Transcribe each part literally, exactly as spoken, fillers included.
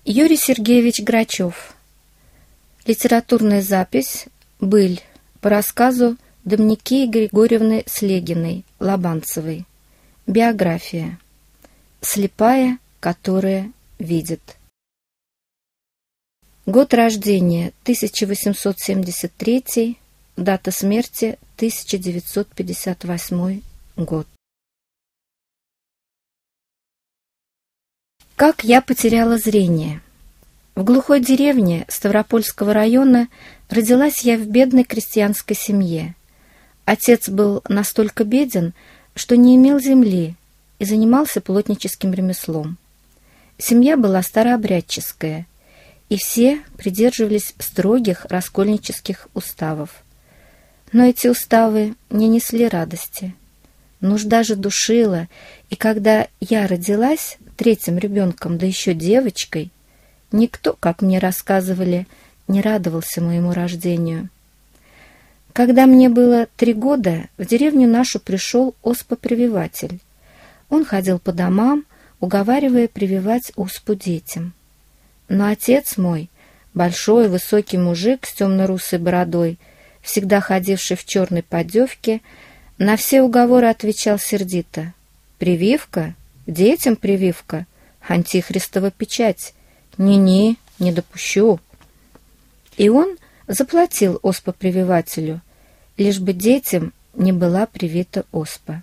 Юрий Сергеевич Грачев. Литературная запись «Быль» по рассказу Домникеи Григорьевны Слегиной, Лобанцевой. Биография. Слепая, которая видит. Год рождения тысяча восемьсот семьдесят третий, дата смерти тысяча девятьсот пятьдесят восьмой год. Как я потеряла зрение? В глухой деревне Ставропольского района родилась я в бедной крестьянской семье. Отец был настолько беден, что не имел земли и занимался плотническим ремеслом. Семья была старообрядческая, и все придерживались строгих раскольнических уставов. Но эти уставы не несли радости. Нужда же душила, и когда я родилась третьим ребенком, да еще девочкой, никто, как мне рассказывали, не радовался моему рождению. Когда мне было три года, в деревню нашу пришел оспа-прививатель. Он ходил по домам, уговаривая прививать оспу детям. Но отец мой, большой высокий мужик с темно-русой бородой, всегда ходивший в черной поддевке, на все уговоры отвечал сердито: «Прививка? Детям прививка? Антихристова печать. Ни-ни, не допущу». И он заплатил оспа-прививателю, лишь бы детям не была привита оспа.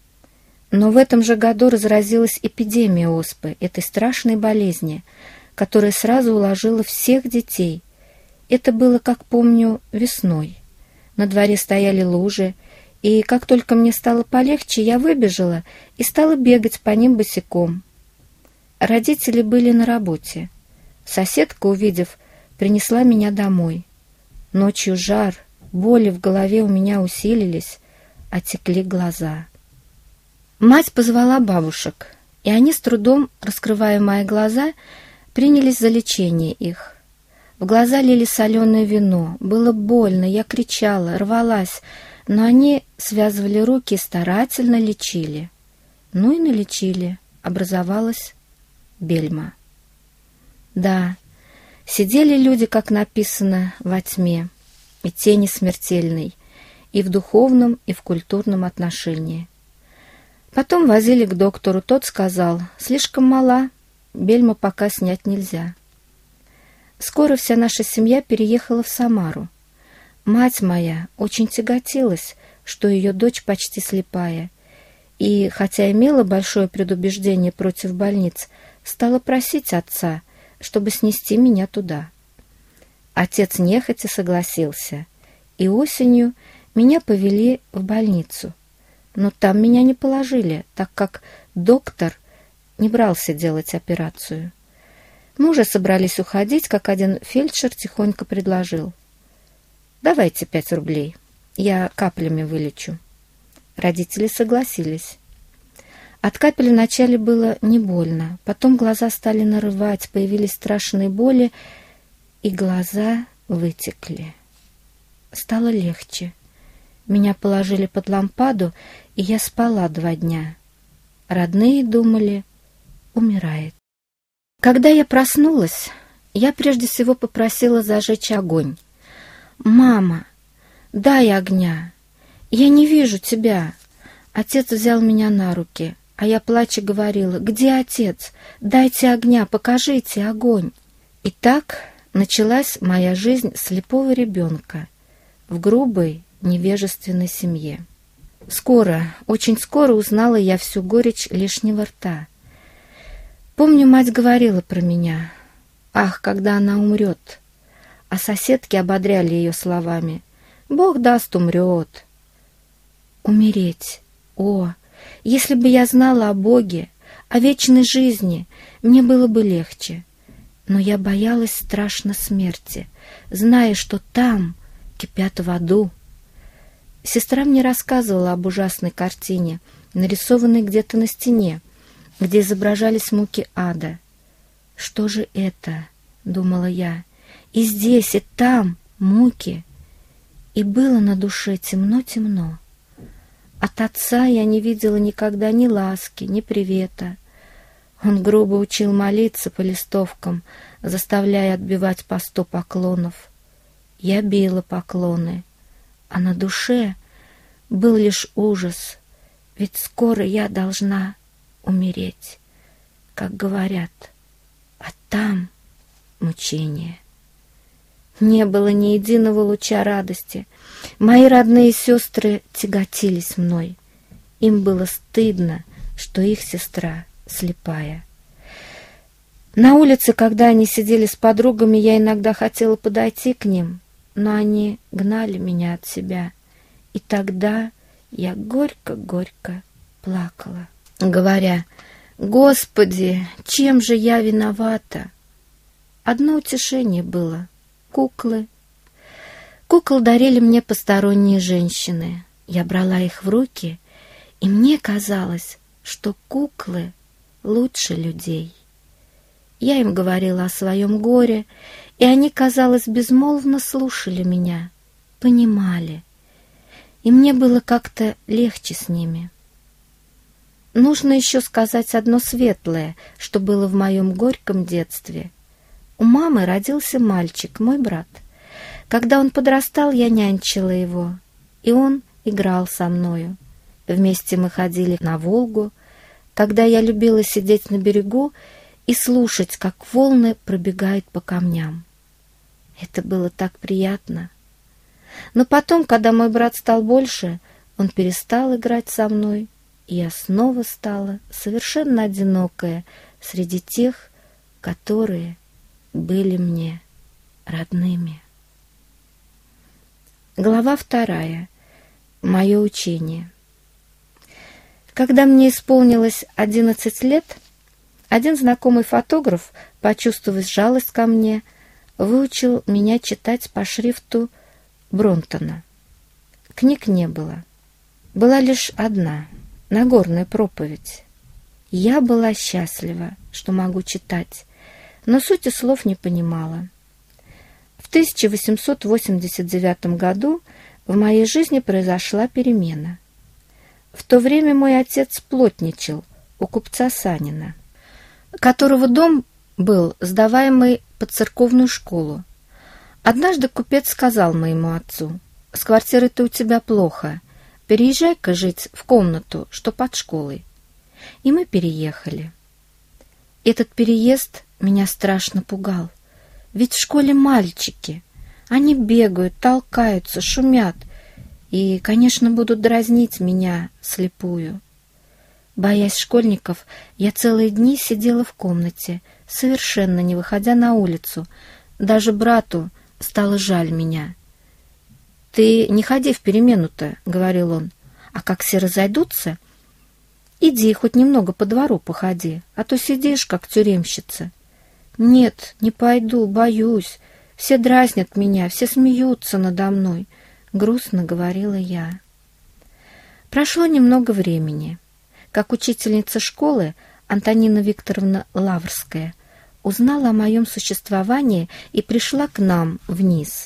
Но в этом же году разразилась эпидемия оспы, этой страшной болезни, которая сразу уложила всех детей. Это было, как помню, весной. На дворе стояли лужи, и как только мне стало полегче, я выбежала и стала бегать по ним босиком. Родители были на работе. Соседка, увидев, принесла меня домой. Ночью жар, боли в голове у меня усилились, отекли глаза. Мать позвала бабушек, и они, с трудом раскрывая мои глаза, принялись за лечение их. В глаза лили соленое вино, было больно, я кричала, рвалась, но они связывали руки и старательно лечили. Ну и налечили, образовалась бельма. Да, сидели люди, как написано, во тьме, и тени смертельной, и в духовном, и в культурном отношении. Потом возили к доктору, тот сказал: слишком мала, бельму пока снять нельзя. Скоро вся наша семья переехала в Самару. Мать моя очень тяготилась, что ее дочь почти слепая, и, хотя имела большое предубеждение против больниц, стала просить отца, чтобы снести меня туда. Отец нехотя согласился, и осенью меня повели в больницу. Но там меня не положили, так как доктор не брался делать операцию. Мы уже собрались уходить, как один фельдшер тихонько предложил: «Давайте пять рублей, я каплями вылечу». Родители согласились. От капель вначале было не больно, потом глаза стали нарывать, появились страшные боли, и глаза вытекли. Стало легче. Меня положили под лампаду, и я спала два дня. Родные думали, умирает. Когда я проснулась, я прежде всего попросила зажечь огонь. «Мама, дай огня, я не вижу тебя». Отец взял меня на руки, а я, плача, говорила: «Где отец? Дайте огня, покажите огонь». И так началась моя жизнь слепого ребенка в грубой, невежественной семье. Скоро, очень скоро узнала я всю горечь лишнего рта. Помню, мать говорила про меня: «Ах, когда она умрет!» А соседки ободряли ее словами: «Бог даст, умрет». Умереть! О, если бы я знала о Боге, о вечной жизни, мне было бы легче. Но я боялась страшно смерти, зная, что там кипят в аду. Сестра мне рассказывала об ужасной картине, нарисованной где-то на стене, где изображались муки ада. «Что же это?» — думала я. «И здесь, и там муки». И было на душе темно-темно. От отца я не видела никогда ни ласки, ни привета. Он грубо учил молиться по листовкам, заставляя отбивать по сто поклонов. Я била поклоны, а на душе был лишь ужас, ведь скоро я должна умереть, как говорят, а там мучение. Не было ни единого луча радости. Мои родные сестры тяготились мной. Им было стыдно, что их сестра слепая. На улице, когда они сидели с подругами, я иногда хотела подойти к ним, но они гнали меня от себя. И тогда я горько-горько плакала, говоря: «Господи, чем же я виновата?» Одно утешение было — куклы. Кукол дарили мне посторонние женщины. Я брала их в руки, и мне казалось, что куклы лучше людей. Я им говорила о своем горе, и они, казалось, безмолвно слушали меня, понимали. И мне было как-то легче с ними. Нужно еще сказать одно светлое, что было в моем горьком детстве. У мамы родился мальчик, мой брат. Когда он подрастал, я нянчила его, и он играл со мною. Вместе мы ходили на Волгу, когда я любила сидеть на берегу и слушать, как волны пробегают по камням. Это было так приятно. Но потом, когда мой брат стал больше, он перестал играть со мной, и я снова стала совершенно одинокая среди тех, которые были мне родными. Глава вторая. Мое учение. Когда мне исполнилось одиннадцать лет, один знакомый фотограф, почувствовав жалость ко мне, выучил меня читать по шрифту Бронтона. Книг не было. Была лишь одна — Нагорная проповедь. Я была счастлива, что могу читать, но сути слов не понимала. В тысяча восемьсот восемьдесят девятом году в моей жизни произошла перемена. В то время мой отец плотничал у купца Санина, которого дом был сдаваемый под церковную школу. Однажды купец сказал моему отцу: «С квартирой-то у тебя плохо, переезжай-ка жить в комнату, что под школой». И мы переехали. Этот переезд меня страшно пугал, ведь в школе мальчики, они бегают, толкаются, шумят и, конечно, будут дразнить меня слепую. Боясь школьников, я целые дни сидела в комнате, совершенно не выходя на улицу. Даже брату стало жаль меня. «Ты не ходи в перемену-то», — говорил он, — «а как все разойдутся, иди хоть немного по двору походи, а то сидишь, как тюремщица». «Нет, не пойду, боюсь. Все дразнят меня, все смеются надо мной», — грустно говорила я. Прошло немного времени. Как учительница школы Антонина Викторовна Лаврская узнала о моем существовании и пришла к нам вниз.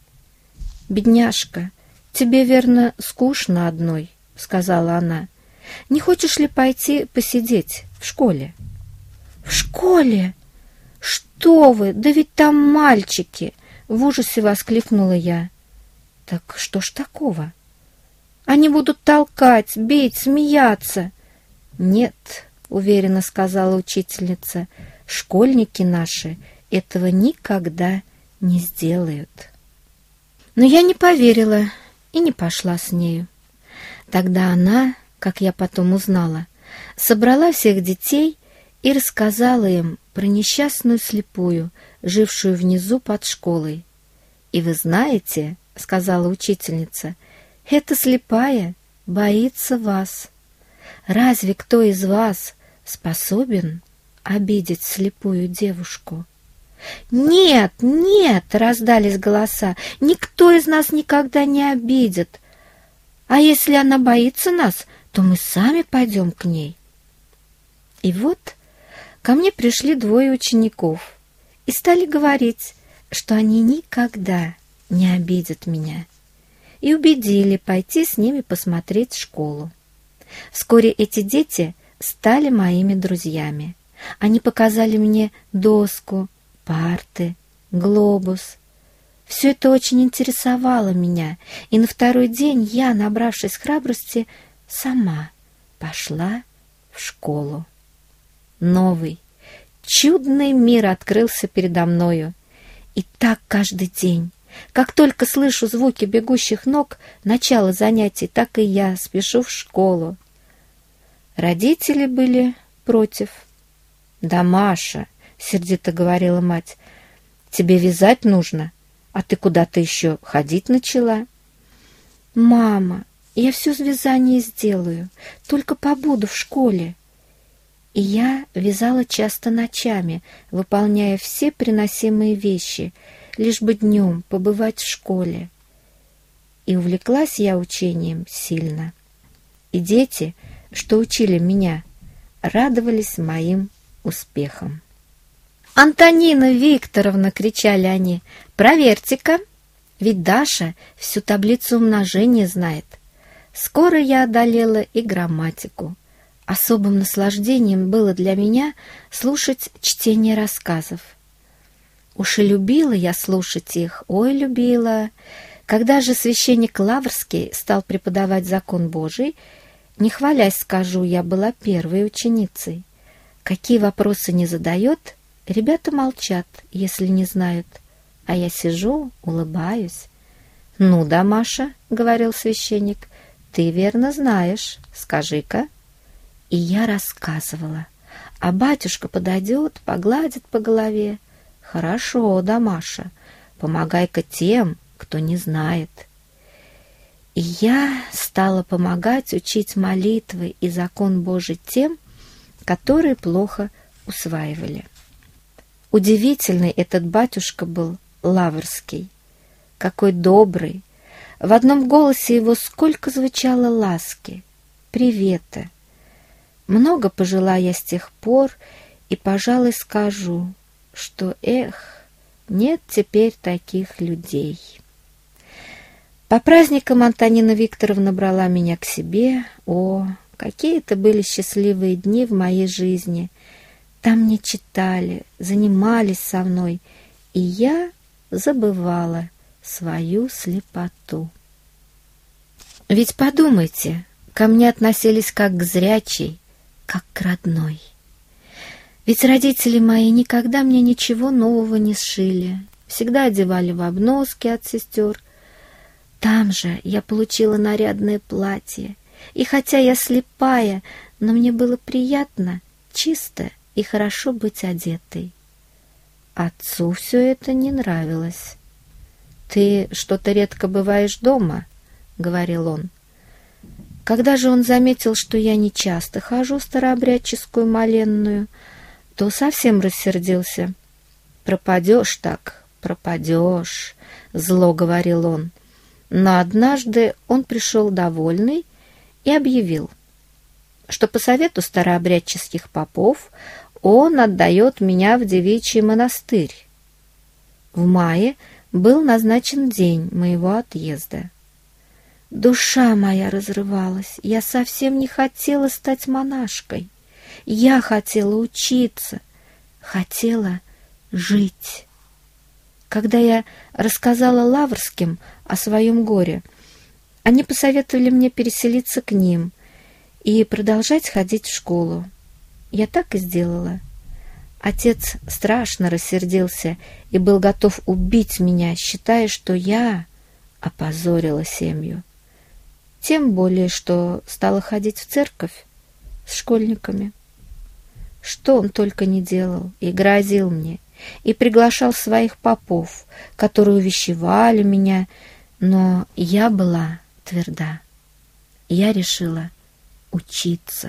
«Бедняжка, тебе, верно, скучно одной», — сказала она. «Не хочешь ли пойти посидеть в школе?» «В школе? Что вы, да ведь там мальчики!» — в ужасе воскликнула я. «Так что ж такого? Они будут толкать, бить, смеяться». «Нет», — уверенно сказала учительница, — «школьники наши этого никогда не сделают». Но я не поверила и не пошла с нею. Тогда она, как я потом узнала, собрала всех детей и рассказала им про несчастную слепую, жившую внизу под школой. «И вы знаете, — сказала учительница, — эта слепая боится вас. Разве кто из вас способен обидеть слепую девушку?» «Нет, нет!» — раздались голоса. «Никто из нас никогда не обидит. А если она боится нас, то мы сами пойдем к ней». И вот ко мне пришли двое учеников и стали говорить, что они никогда не обидят меня, и убедили пойти с ними посмотреть школу. Вскоре эти дети стали моими друзьями. Они показали мне доску, парты, глобус. Все это очень интересовало меня, и на второй день я, набравшись храбрости, сама пошла в школу. Новый, чудный мир открылся передо мною. И так каждый день. Как только слышу звуки бегущих ног, начало занятий, так и я спешу в школу. Родители были против. «Да, Маша», — сердито говорила мать, — «тебе вязать нужно, а ты куда-то еще ходить начала». «Мама, я все с вязанием сделаю, только побуду в школе». И я вязала часто ночами, выполняя все приносимые вещи, лишь бы днем побывать в школе. И увлеклась я учением сильно. И дети, что учили меня, радовались моим успехам. «Антонина Викторовна!» — кричали они. «Проверьте-ка, ведь Даша всю таблицу умножения знает». Скоро я одолела и грамматику. Особым наслаждением было для меня слушать чтение рассказов. Уж и любила я слушать их, ой, любила. Когда же священник Лаврский стал преподавать закон Божий, не хвалясь скажу, я была первой ученицей. Какие вопросы не задает, ребята молчат, если не знают, а я сижу, улыбаюсь. «Ну да, Маша», — говорил священник, — «ты верно знаешь, скажи-ка». И я рассказывала, а батюшка подойдет, погладит по голове. «Хорошо, да, Маша, помогай-ка тем, кто не знает». И я стала помогать учить молитвы и закон Божий тем, которые плохо усваивали. Удивительный этот батюшка был Лаврский, какой добрый. В одном голосе его сколько звучало ласки, привета. Много пожила я с тех пор, и, пожалуй, скажу, что, эх, нет теперь таких людей. По праздникам Антонина Викторовна брала меня к себе. О, какие это были счастливые дни в моей жизни! Там мне читали, занимались со мной, и я забывала свою слепоту. Ведь подумайте, ко мне относились как к зрячей, как к родной. Ведь родители мои никогда мне ничего нового не сшили, всегда одевали в обноски от сестер. Там же я получила нарядное платье, и хотя я слепая, но мне было приятно, чисто и хорошо быть одетой. Отцу все это не нравилось. «Ты что-то редко бываешь дома», — говорил он. Когда же он заметил, что я не часто хожу в старообрядческую моленную, то совсем рассердился. «Пропадешь так, пропадешь», — зло говорил он. Но однажды он пришел довольный и объявил, что по совету старообрядческих попов он отдает меня в девичий монастырь. В мае был назначен день моего отъезда. Душа моя разрывалась, я совсем не хотела стать монашкой. Я хотела учиться, хотела жить. Когда я рассказала Лаврским о своем горе, они посоветовали мне переселиться к ним и продолжать ходить в школу. Я так и сделала. Отец страшно рассердился и был готов убить меня, считая, что я опозорила семью. Тем более, что стала ходить в церковь с школьниками. Что он только не делал и грозил мне, и приглашал своих попов, которые увещевали меня, но я была тверда. Я решила учиться.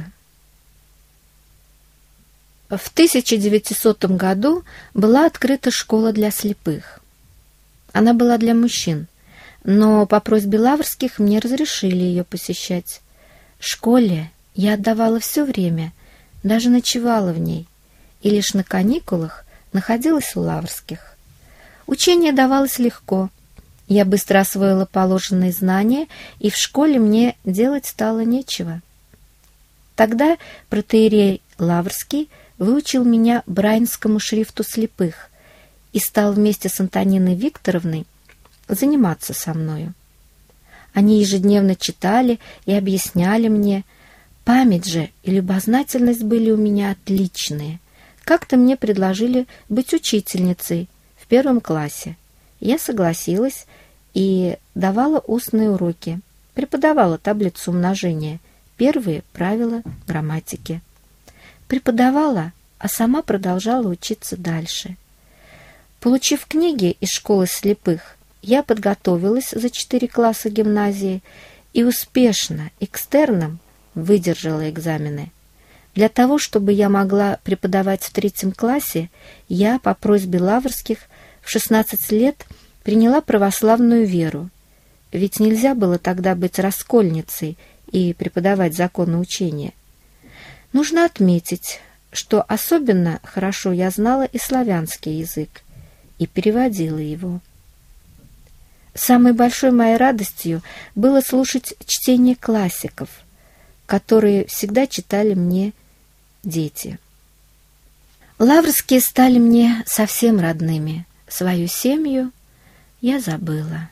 В тысяча девятисотом году была открыта школа для слепых. Она была для мужчин, но по просьбе Лаврских мне разрешили ее посещать. Школе я отдавала все время, даже ночевала в ней, и лишь на каникулах находилась у Лаврских. Учение давалось легко. Я быстро освоила положенные знания, и в школе мне делать стало нечего. Тогда протоиерей Лаврский выучил меня брайлевскому шрифту слепых и стал вместе с Антониной Викторовной заниматься со мною. Они ежедневно читали и объясняли мне. Память же и любознательность были у меня отличные. Как-то мне предложили быть учительницей в первом классе. Я согласилась и давала устные уроки, преподавала таблицу умножения, первые правила грамматики. Преподавала, а сама продолжала учиться дальше. Получив книги из школы слепых, я подготовилась за четыре класса гимназии и успешно, экстерном, выдержала экзамены. Для того, чтобы я могла преподавать в третьем классе, я по просьбе Лаврских в шестнадцать лет приняла православную веру, ведь нельзя было тогда быть раскольницей и преподавать законоучение. Нужно отметить, что особенно хорошо я знала и славянский язык, и переводила его. Самой большой моей радостью было слушать чтение классиков, которые всегда читали мне дети. Лаврские стали мне совсем родными. Свою семью я забыла.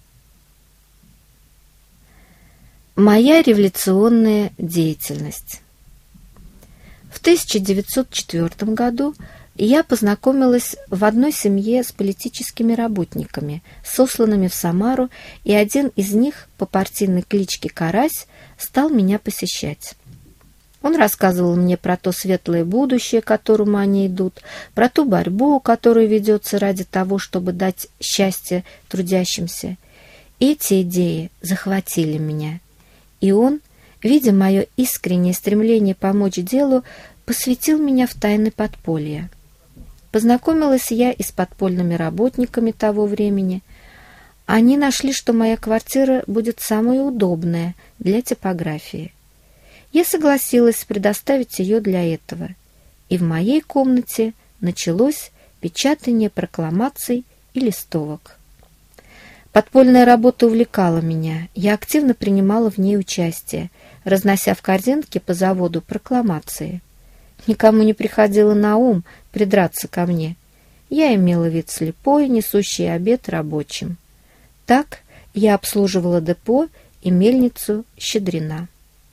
Моя революционная деятельность. В тысяча девятьсот четвёртом году я познакомилась в одной семье с политическими работниками, сосланными в Самару, и один из них по партийной кличке Карась стал меня посещать. Он рассказывал мне про то светлое будущее, к которому они идут, про ту борьбу, которая ведется ради того, чтобы дать счастье трудящимся. Эти идеи захватили меня, и он, видя мое искреннее стремление помочь делу, посвятил меня в тайны подполья. Познакомилась я и с подпольными работниками того времени. Они нашли, что моя квартира будет самая удобная для типографии. Я согласилась предоставить ее для этого, и в моей комнате началось печатание прокламаций и листовок. Подпольная работа увлекала меня, я активно принимала в ней участие, разнося в корзинке по заводу прокламации. Никому не приходило на ум придраться ко мне. Я имела вид слепой, несущий обед рабочим. Так я обслуживала депо и мельницу Щедрина.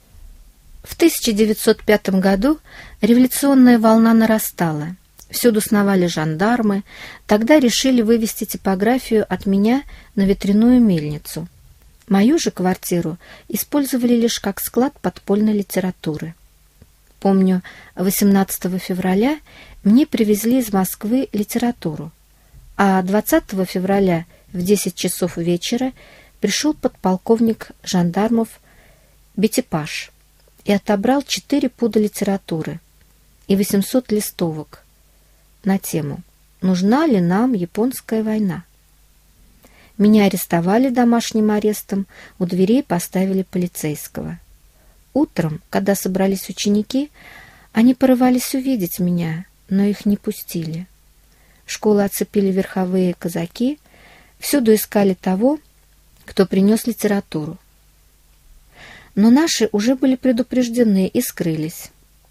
В тысяча девятьсот пятом году революционная волна нарастала. Всюду сновали жандармы. Тогда решили вывести типографию от меня на ветряную мельницу. Мою же квартиру использовали лишь как склад подпольной литературы. Помню, восемнадцатого февраля мне привезли из Москвы литературу, а двадцатого февраля в десять часов вечера пришел подполковник жандармов Бетипаш и отобрал четыре пуда литературы и восемьсот листовок на тему «Нужна ли нам японская война?». Меня арестовали домашним арестом, у дверей поставили полицейского. Утром, когда собрались ученики, они порывались увидеть меня, но их не пустили. Школу оцепили верховые казаки, всюду искали того, кто принес литературу. Но наши уже были предупреждены и скрылись.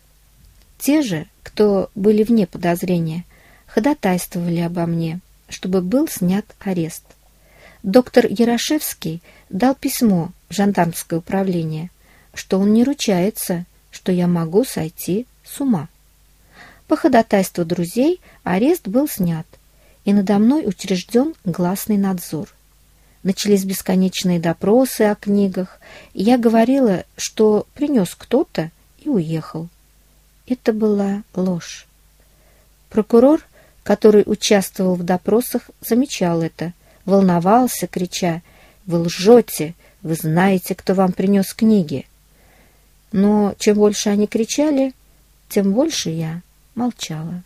Те же, кто были вне подозрения, ходатайствовали обо мне, чтобы был снят арест. Доктор Ярошевский дал письмо в жандармское управление, что он не ручается, что я могу сойти с ума. По ходатайству друзей арест был снят, и надо мной учрежден гласный надзор. Начались бесконечные допросы о книгах, и я говорила, что принес кто-то и уехал. Это была ложь. Прокурор, который участвовал в допросах, замечал это, волновался, крича: «Вы лжете, вы знаете, кто вам принес книги». Но чем больше они кричали, тем больше я молчала.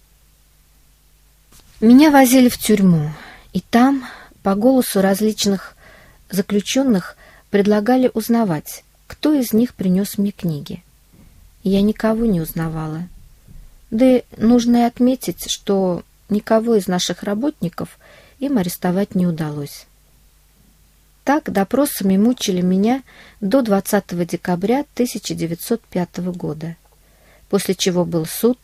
Меня возили в тюрьму, и там, по голосу различных заключенных, предлагали узнавать, кто из них принес мне книги. Я никого не узнавала. Да и нужно и отметить, что никого из наших работников им арестовать не удалось. Так допросами мучили меня до двадцатого декабря тысяча девятьсот пятого года, после чего был суд,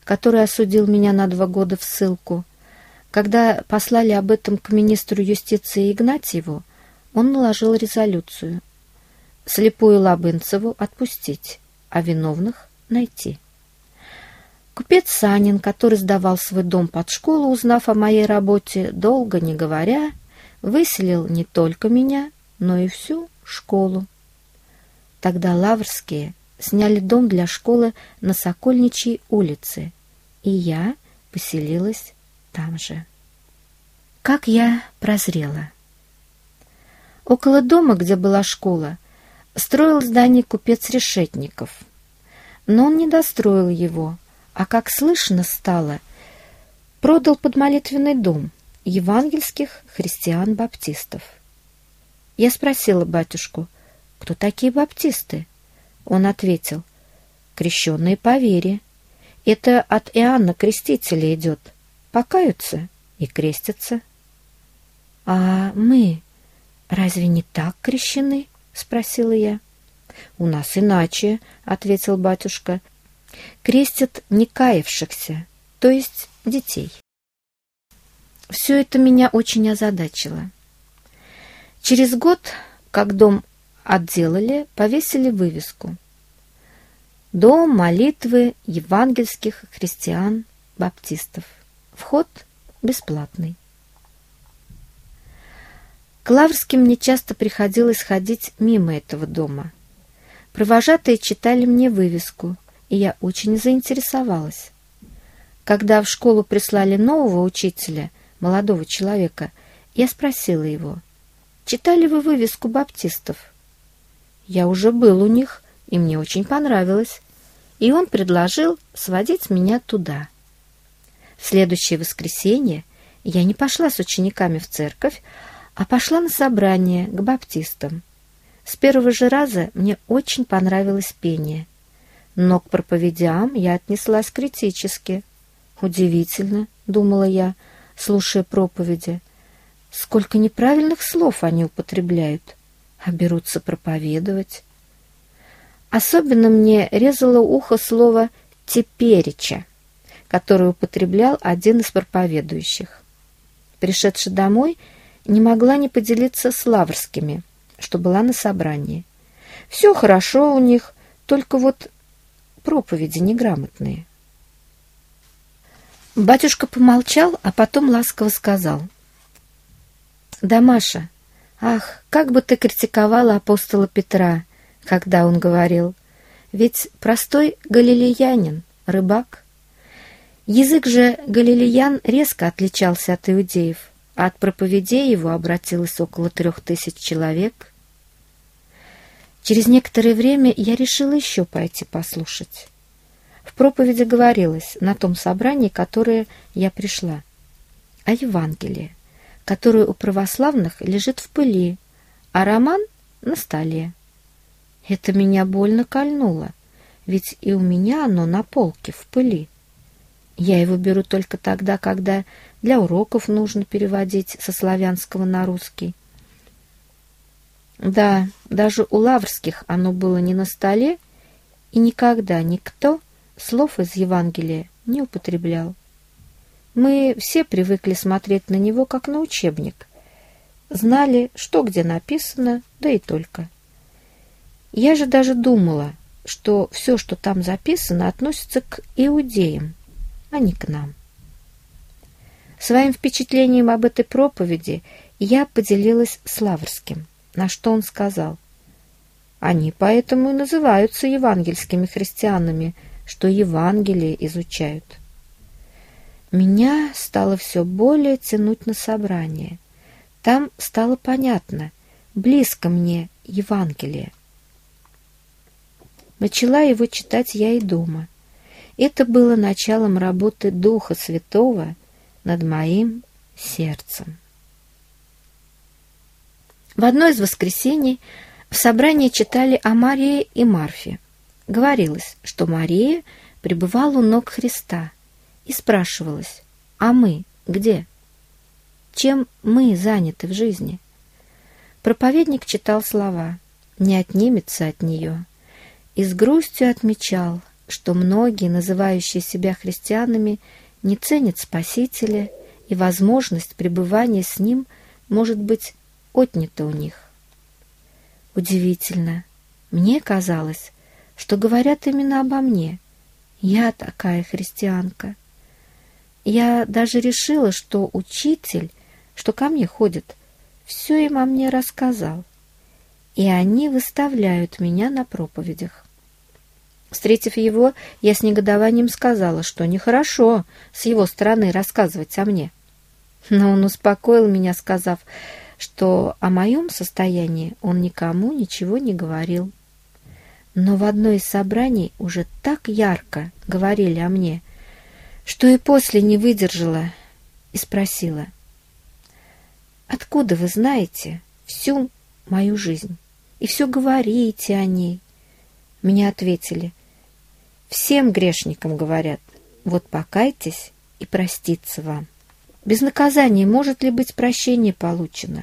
который осудил меня на два года в ссылку. Когда послали об этом к министру юстиции Игнатьеву, он наложил резолюцию: слепую Лабынцеву отпустить, а виновных найти. Купец Санин, который сдавал свой дом под школу, узнав о моей работе, долго не говоря, выселил не только меня, но и всю школу. Тогда Лаврские сняли дом для школы на Сокольничьей улице, и я поселилась там же. Как я прозрела! Около дома, где была школа, строил здание купец Решетников, но он не достроил его, а, как слышно стало, продал под молитвенный дом евангельских христиан-баптистов. Я спросила батюшку, кто такие баптисты? Он ответил: крещенные по вере. Это от Иоанна Крестителя идет. Покаются и крестятся. — А мы разве не так крещены? — спросила я. — У нас иначе, — ответил батюшка. — Крестят некаявшихся, то есть детей. Все это меня очень озадачило. Через год, как дом отделали, повесили вывеску: «Дом молитвы евангельских христиан-баптистов. Вход бесплатный». К Лаврским мне часто приходилось ходить мимо этого дома. Провожатые читали мне вывеску, и я очень заинтересовалась. Когда в школу прислали нового учителя, молодого человека, я спросила его: «Читали вы вывеску баптистов?» Я уже был у них, и мне очень понравилось, и он предложил сводить меня туда. В следующее воскресенье я не пошла с учениками в церковь, а пошла на собрание к баптистам. С первого же раза мне очень понравилось пение, но к проповедям я отнеслась критически. «Удивительно», — думала я, слушая проповеди, — «сколько неправильных слов они употребляют, а берутся проповедовать». Особенно мне резало ухо слово «теперича», которое употреблял один из проповедующих. Пришедши домой, не могла не поделиться с Лаврскими, что была на собрании. Все хорошо у них, только вот проповеди неграмотные. Батюшка помолчал, а потом ласково сказал: «Да, Маша, ах, как бы ты критиковала апостола Петра, когда он говорил, ведь простой галилеянин, рыбак. Язык же галилеян резко отличался от иудеев, а от проповедей его обратилось около трех тысяч человек». Через некоторое время я решила еще пойти послушать. В проповеди говорилось на том собрании, которое я пришла, о Евангелии, которое у православных лежит в пыли, а роман — на столе. Это меня больно кольнуло, ведь и у меня оно на полке в пыли. Я его беру только тогда, когда для уроков нужно переводить со славянского на русский. Да, даже у Лаврских оно было не на столе, и никогда никто слов из Евангелия не употреблял. Мы все привыкли смотреть на него как на учебник, знали, что где написано, да и только. Я же даже думала, что все, что там записано, относится к иудеям, а не к нам. Своим впечатлением об этой проповеди я поделилась с Лаврским, на что он сказал: «Они поэтому и называются евангельскими христианами, что Евангелие изучают». Меня стало все более тянуть на собрание. Там стало понятно, близко мне Евангелие. Начала его читать я и дома. Это было началом работы Духа Святого над моим сердцем. В одно из воскресений в собрании читали о Марии и Марфе. Говорилось, что Мария пребывала у ног Христа, и спрашивалось: а мы где? Чем мы заняты в жизни? Проповедник читал слова: «Не отнимется от нее», и с грустью отмечал, что многие, называющие себя христианами, не ценят Спасителя, и возможность пребывания с Ним может быть отнята у них. Удивительно. Мне казалось, что говорят именно обо мне. Я такая христианка. Я даже решила, что учитель, что ко мне ходит, все им о мне рассказал, и они выставляют меня на проповедях. Встретив его, я с негодованием сказала, что нехорошо с его стороны рассказывать о мне. Но он успокоил меня, сказав, что о моем состоянии он никому ничего не говорил. Но в одно из собраний уже так ярко говорили о мне, что и после не выдержала и спросила: «Откуда вы знаете всю мою жизнь и все говорите о ней?» Мне ответили: «Всем грешникам говорят, вот покайтесь и простится вам». Без наказания может ли быть прощение получено?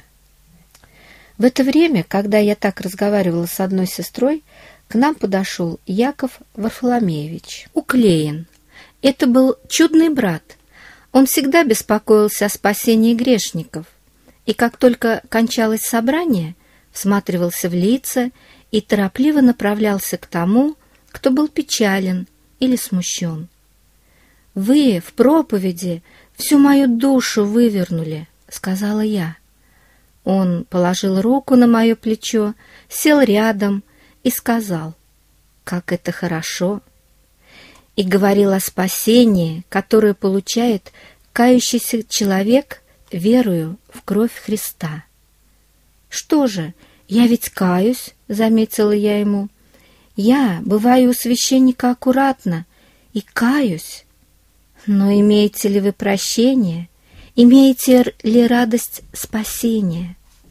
В это время, когда я так разговаривала с одной сестрой, к нам подошел Яков Варфоломеевич Уклеин. Это был чудный брат. Он всегда беспокоился о спасении грешников, и как только кончалось собрание, всматривался в лица и торопливо направлялся к тому, кто был печален или смущен. «Вы в проповеди всю мою душу вывернули», — сказала я. Он положил руку на мое плечо, сел рядом и сказал: «Как это хорошо!» и говорил о спасении, которое получает кающийся человек, верою в кровь Христа. «Что же, я ведь каюсь», — заметила я ему. «Я бываю у священника аккуратно и каюсь. Но имеете ли вы прощение? Имеете ли радость спасения?»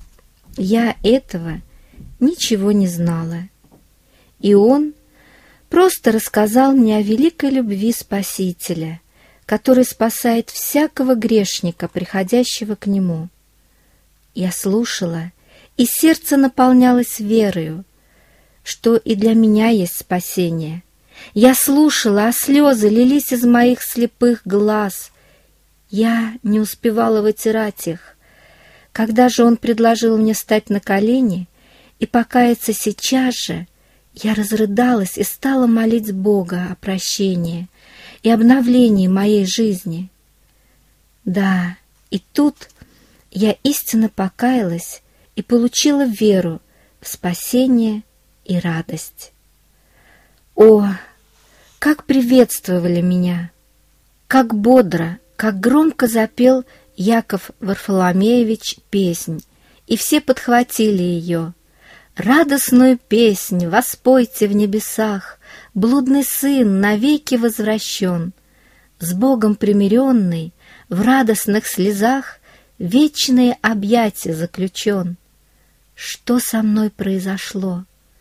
Я этого ничего не знала. И он просто рассказал мне о великой любви Спасителя, который спасает всякого грешника, приходящего к нему. Я слушала, и сердце наполнялось верою, что и для меня есть спасение. Я слушала, а слезы лились из моих слепых глаз. Я не успевала вытирать их. Когда же он предложил мне стать на колени и покаяться сейчас же, я разрыдалась и стала молить Бога о прощении и обновлении моей жизни. Да, и тут я истинно покаялась и получила веру в спасение и радость. О, как приветствовали меня! Как бодро, как громко запел Яков Варфоломеевич песнь, и все подхватили ее. «Радостную песнь воспойте в небесах, блудный сын навеки возвращен, с Богом примиренный, в радостных слезах вечные объятия заключен». Что со мной произошло?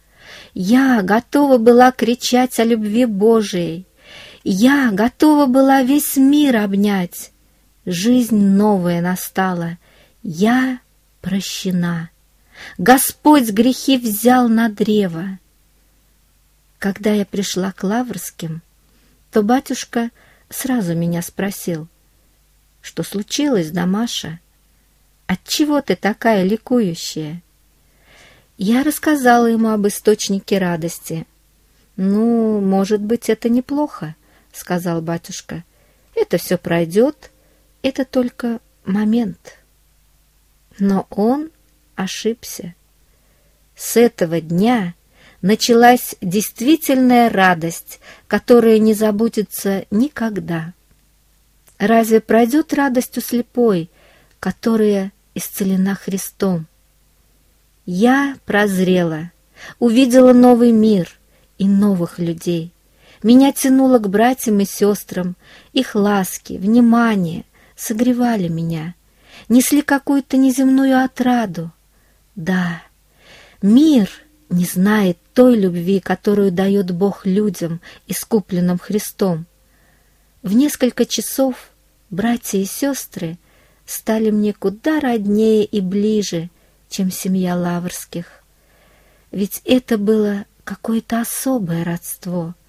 Я готова была кричать о любви Божией, я готова была весь мир обнять. Жизнь новая настала, я прощена. Господь грехи взял на древо. Когда я пришла к Лаврским, то батюшка сразу меня спросил: «Что случилось, Дамаша? Отчего ты такая ликующая?» Я рассказала ему об источнике радости. «Ну, может быть, это неплохо», — сказал батюшка. «Это все пройдет, это только момент». Но он ошибся. С этого дня началась действительная радость, которая не забудется никогда. Разве пройдет радость у слепой, которая исцелена Христом? Я прозрела, увидела новый мир и новых людей. Меня тянуло к братьям и сестрам, их ласки, внимание согревали меня, несли какую-то неземную отраду. Да, мир не знает той любви, которую дает Бог людям, искупленным Христом. В несколько часов братья и сестры стали мне куда роднее и ближе, чем семья Лаврских. Ведь это было какое-то особое родство,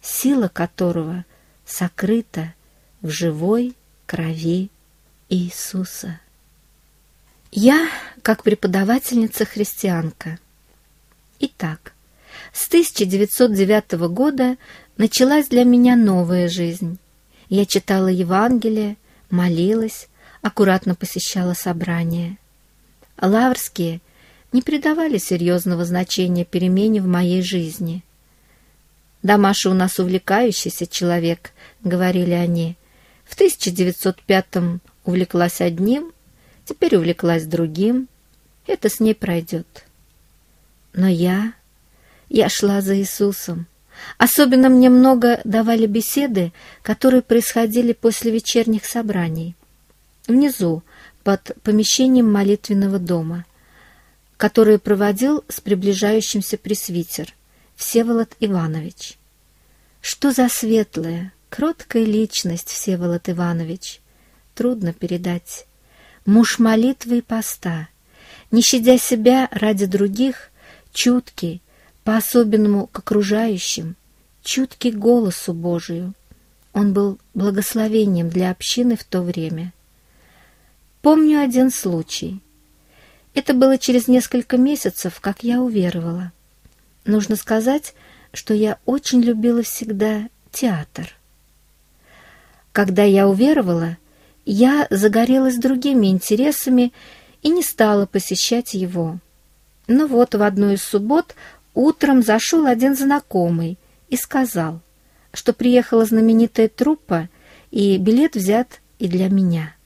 сила которого сокрыта в живой крови Иисуса. Я как преподавательница-христианка. Итак, с тысяча девятьсот девятого года началась для меня новая жизнь. Я читала Евангелие, молилась, аккуратно посещала собрания. Лаврские не придавали серьезного значения перемене в моей жизни. «Да, Маша у нас увлекающийся человек», — говорили они. «В тысяча девятьсот пятом увлеклась одним, теперь увлеклась другим. Это с ней пройдет». Но я, я шла за Иисусом. Особенно мне много давали беседы, которые происходили после вечерних собраний. Внизу, под помещением молитвенного дома, который проводил с приближающимся пресвитер Всеволод Иванович. Что за светлая, кроткая личность Всеволод Иванович! Трудно передать. Муж молитвы и поста, не щадя себя ради других, чуткий, по-особенному к окружающим, чуткий к голосу Божию. Он был благословением для общины в то время. Помню один случай. Это было через несколько месяцев, как я уверовала. Нужно сказать, что я очень любила всегда театр. Когда я уверовала, я загорелась другими интересами и не стала посещать его. Но вот в одну из суббот утром зашел один знакомый и сказал, что приехала знаменитая труппа, и билет взят и для меня.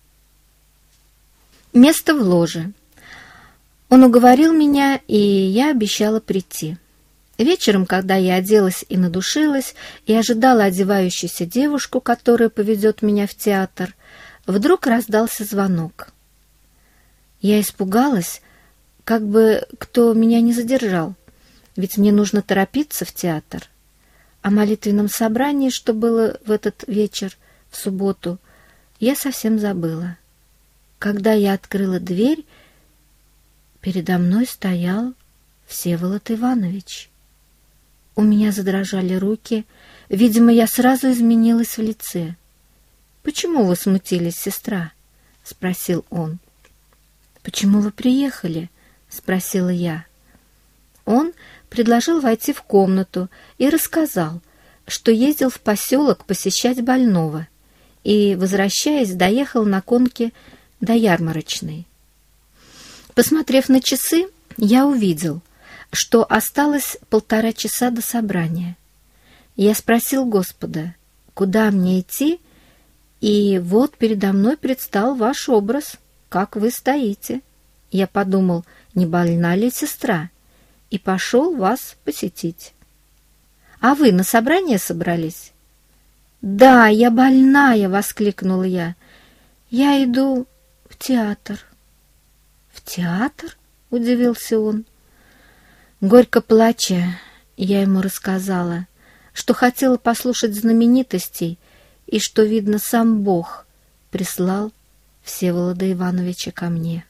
Место в ложе. Он уговорил меня, и я обещала прийти. Вечером, когда я оделась и надушилась, и ожидала одевающуюся девушку, которая поведет меня в театр, вдруг раздался звонок. Я испугалась, как бы кто меня не задержал, ведь мне нужно торопиться в театр. О молитвенном собрании, что было в этот вечер, в субботу, я совсем забыла. Когда я открыла дверь, передо мной стоял Всеволод Иванович. У меня задрожали руки, видимо, я сразу изменилась в лице. «Почему вы смутились, сестра?» — спросил он. «Почему вы приехали?» — спросила я. Он предложил войти в комнату и рассказал, что ездил в поселок посещать больного и, возвращаясь, доехал на конке до ярмарочной. Посмотрев на часы, я увидел, что осталось полтора часа до собрания. Я спросил Господа, куда мне идти, и вот передо мной предстал ваш образ, как вы стоите. Я подумал, не больна ли сестра, и пошел вас посетить. А вы на собрание собрались? «Да, я больная!» — воскликнула я. «Я иду в театр». «В театр?» — удивился он. Горько плача, я ему рассказала, что хотела послушать знаменитостей и что, видно, сам Бог прислал Всеволода Ивановича ко мне.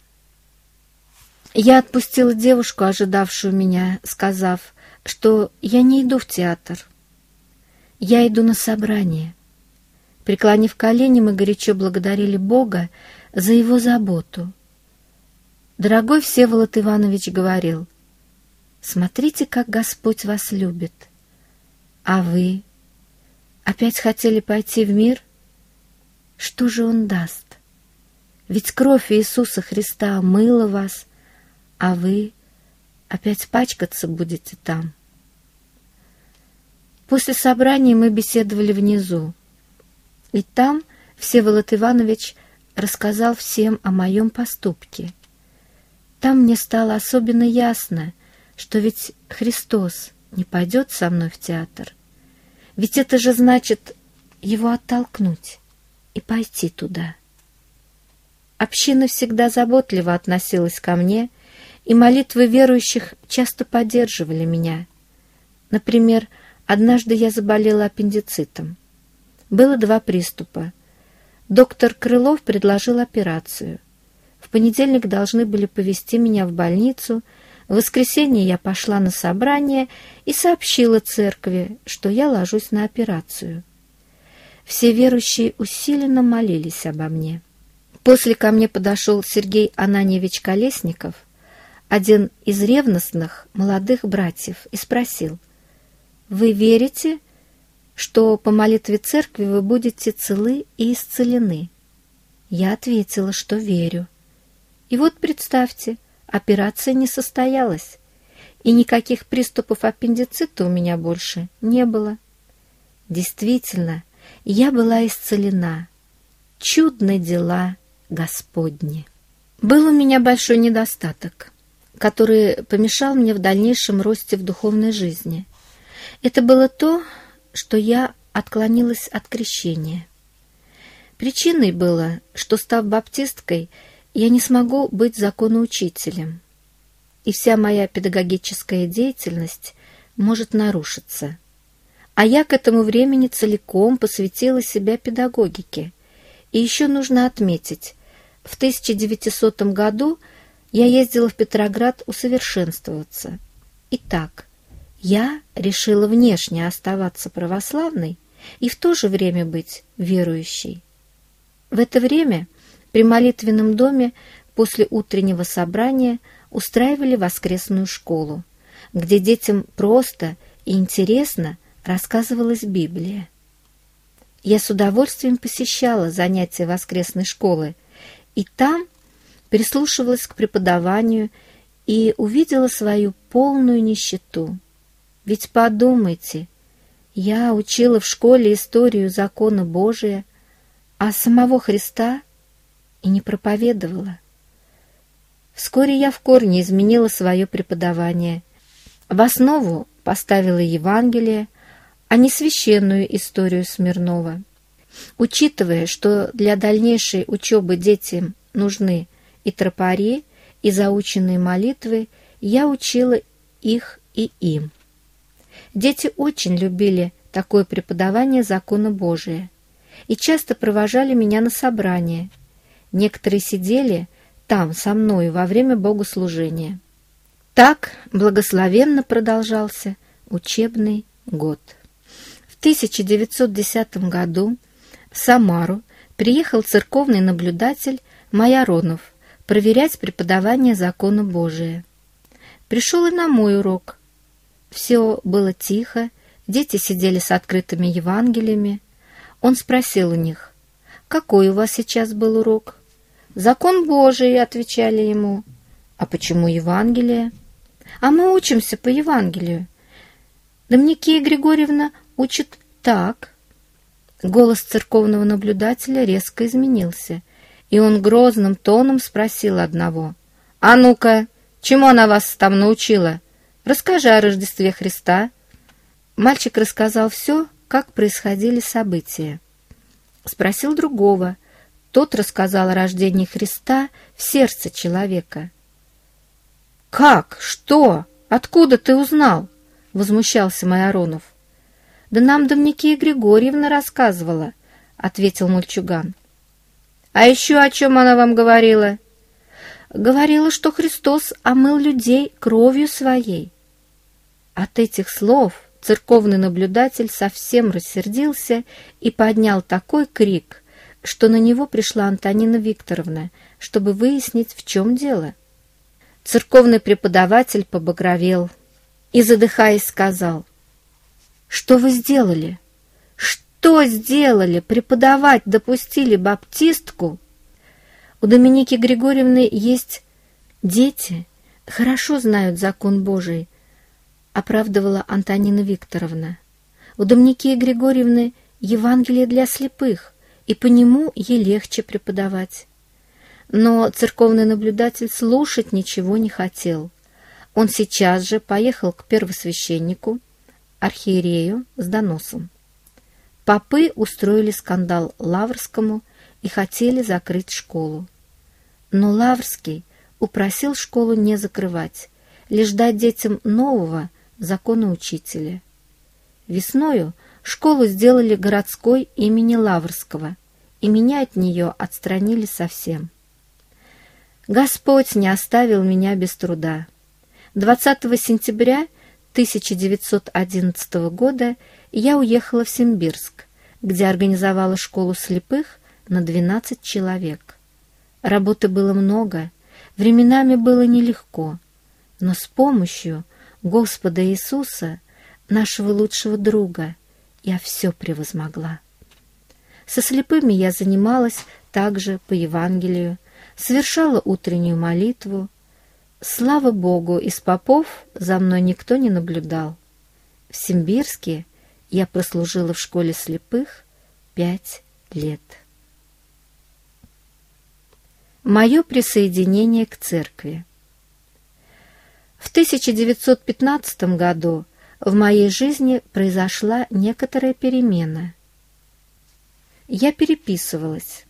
Я отпустила девушку, ожидавшую меня, сказав, что я не иду в театр. Я иду на собрание. Преклонив колени, мы горячо благодарили Бога за его заботу. Дорогой Всеволод Иванович говорил, «Смотрите, как Господь вас любит. А вы опять хотели пойти в мир? Что же Он даст? Ведь кровь Иисуса Христа омыла вас, а вы опять пачкаться будете там». После собрания мы беседовали внизу, и там Всеволод Иванович рассказал всем о моем поступке. Там мне стало особенно ясно, что ведь Христос не пойдет со мной в театр. Ведь это же значит его оттолкнуть и пойти туда. Община всегда заботливо относилась ко мне, и молитвы верующих часто поддерживали меня. Например, однажды я заболела аппендицитом. Было два приступа. Доктор Крылов предложил операцию. В понедельник должны были повезти меня в больницу, В воскресенье я пошла на собрание и сообщила церкви, что я ложусь на операцию. Все верующие усиленно молились обо мне. После ко мне подошел Сергей Ананьевич Колесников, один из ревностных молодых братьев, и спросил: «Вы верите, что по молитве церкви вы будете целы и исцелены?» Я ответила, что верю. И вот представьте, операция не состоялась, и никаких приступов аппендицита у меня больше не было. Действительно, я была исцелена. Чудны дела Господни. Был у меня большой недостаток, который помешал мне в дальнейшем росте в духовной жизни. Это было то, что я отклонилась от крещения. Причиной было, что, став баптисткой, я не смогу быть законоучителем, и вся моя педагогическая деятельность может нарушиться. А я к этому времени целиком посвятила себя педагогике. И еще нужно отметить, в тысяча девятисотом году я ездила в Петроград усовершенствоваться. Итак, я решила внешне оставаться православной и в то же время быть верующей. В это время при молитвенном доме после утреннего собрания устраивали воскресную школу, где детям просто и интересно рассказывалась Библия. Я с удовольствием посещала занятия воскресной школы, и там прислушивалась к преподаванию и увидела свою полную нищету. Ведь подумайте, я учила в школе историю закона Божия, а самого Христа и не проповедовала. Вскоре я в корне изменила свое преподавание. В основу поставила Евангелие, а не священную историю Смирнова. Учитывая, что для дальнейшей учебы детям нужны и тропари, и заученные молитвы, я учила их и им. Дети очень любили такое преподавание закона Божия и часто провожали меня на собрания. Некоторые сидели там со мной во время богослужения. Так благословенно продолжался учебный год. В тысяча девятьсот десятом году в Самару приехал церковный наблюдатель Майоронов проверять преподавание закона Божия. Пришел и на мой урок. Все было тихо, дети сидели с открытыми Евангелиями. Он спросил у них: «Какой у вас сейчас был урок?» «Закон Божий», — отвечали ему. «А почему Евангелие?» «А мы учимся по Евангелию. Домникия Григорьевна учит так». Голос церковного наблюдателя резко изменился, и он грозным тоном спросил одного: «А ну-ка, чему она вас там научила? Расскажи о Рождестве Христа». Мальчик рассказал все, как происходили события. Спросил другого. Тот рассказал о рождении Христа в сердце человека. «Как? Что? Откуда ты узнал?» — возмущался Майоронов. «Да нам Домникия Григорьевна рассказывала», — ответил мальчуган. «А еще о чем она вам говорила?» «Говорила, что Христос омыл людей кровью своей». От этих слов церковный наблюдатель совсем рассердился и поднял такой крик, что на него пришла Антонина Викторовна, чтобы выяснить, в чем дело. Церковный преподаватель побагровел и, задыхаясь, сказал: «Что вы сделали? Что сделали? Преподавать допустили баптистку? У Доминики Григорьевны есть дети, хорошо знают закон Божий», — оправдывала Антонина Викторовна. «У Доминики Григорьевны Евангелие для слепых, и по нему ей легче преподавать». Но церковный наблюдатель слушать ничего не хотел. Он сейчас же поехал к первосвященнику, архиерею, с доносом. Попы устроили скандал Лаврскому и хотели закрыть школу. Но Лаврский упросил школу не закрывать, лишь дать детям нового законоучителя. Весною школу сделали городской имени Лаврского, и меня от нее отстранили совсем. Господь не оставил меня без труда. двадцатого сентября тысяча девятьсот одиннадцатого года я уехала в Симбирск, где организовала школу слепых на двенадцать человек. Работы было много, временами было нелегко, но с помощью Господа Иисуса, нашего лучшего друга, я все превозмогла. Со слепыми я занималась также по Евангелию, совершала утреннюю молитву. Слава Богу, из попов за мной никто не наблюдал. В Симбирске я прослужила в школе слепых пять лет. Мое присоединение к церкви. В тысяча девятьсот пятнадцатом году в моей жизни произошла некоторая перемена. Я переписывалась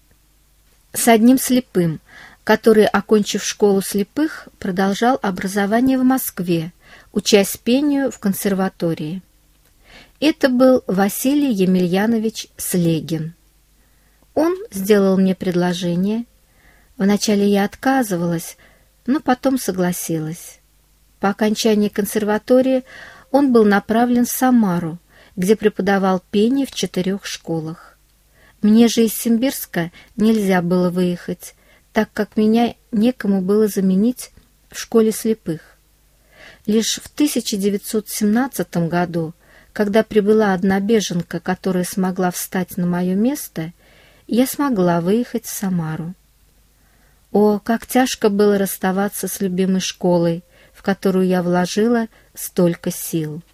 с одним слепым, который, окончив школу слепых, продолжал образование в Москве, учась пению в консерватории. Это был Василий Емельянович Слегин. Он сделал мне предложение. Вначале я отказывалась, но потом согласилась. По окончании консерватории он был направлен в Самару, где преподавал пение в четырех школах. Мне же из Симбирска нельзя было выехать, так как меня некому было заменить в школе слепых. Лишь в тысяча девятьсот семнадцатом году, когда прибыла одна беженка, которая смогла встать на мое место, я смогла выехать в Самару. О, как тяжко было расставаться с любимой школой, в которую я вложила столько сил.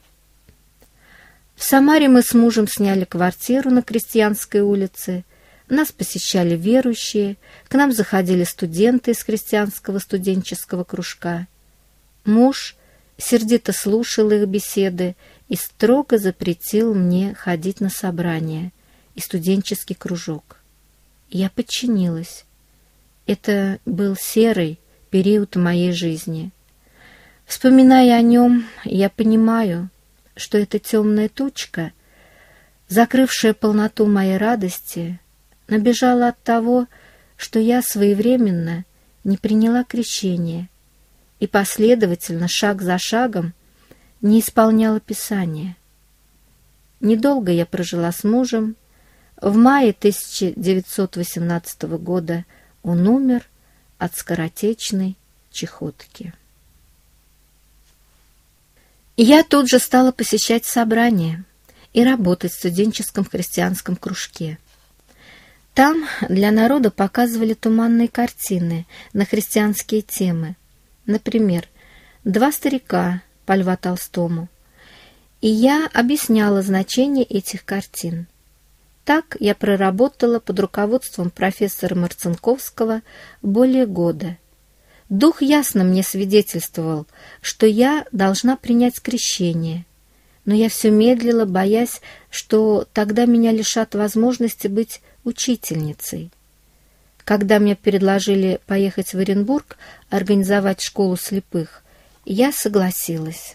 В Самаре мы с мужем сняли квартиру на Крестьянской улице. Нас посещали верующие, к нам заходили студенты из христианского студенческого кружка. Муж сердито слушал их беседы и строго запретил мне ходить на собрания и студенческий кружок. Я подчинилась. Это был серый период моей жизни. Вспоминая о нем, я понимаю, что эта темная тучка, закрывшая полноту моей радости, набежала от того, что я своевременно не приняла крещение и последовательно, шаг за шагом, не исполняла Писание. Недолго я прожила с мужем. В мае тысяча девятьсот восемнадцатого года он умер от скоротечной чехотки. Я тут же стала посещать собрания и работать в студенческом христианском кружке. Там для народа показывали туманные картины на христианские темы, например, «Два старика» по Льву Толстому, и я объясняла значение этих картин. Так я проработала под руководством профессора Марцинковского более года. Дух ясно мне свидетельствовал, что я должна принять крещение, но я все медлила, боясь, что тогда меня лишат возможности быть учительницей. Когда мне предложили поехать в Оренбург, организовать школу слепых, я согласилась.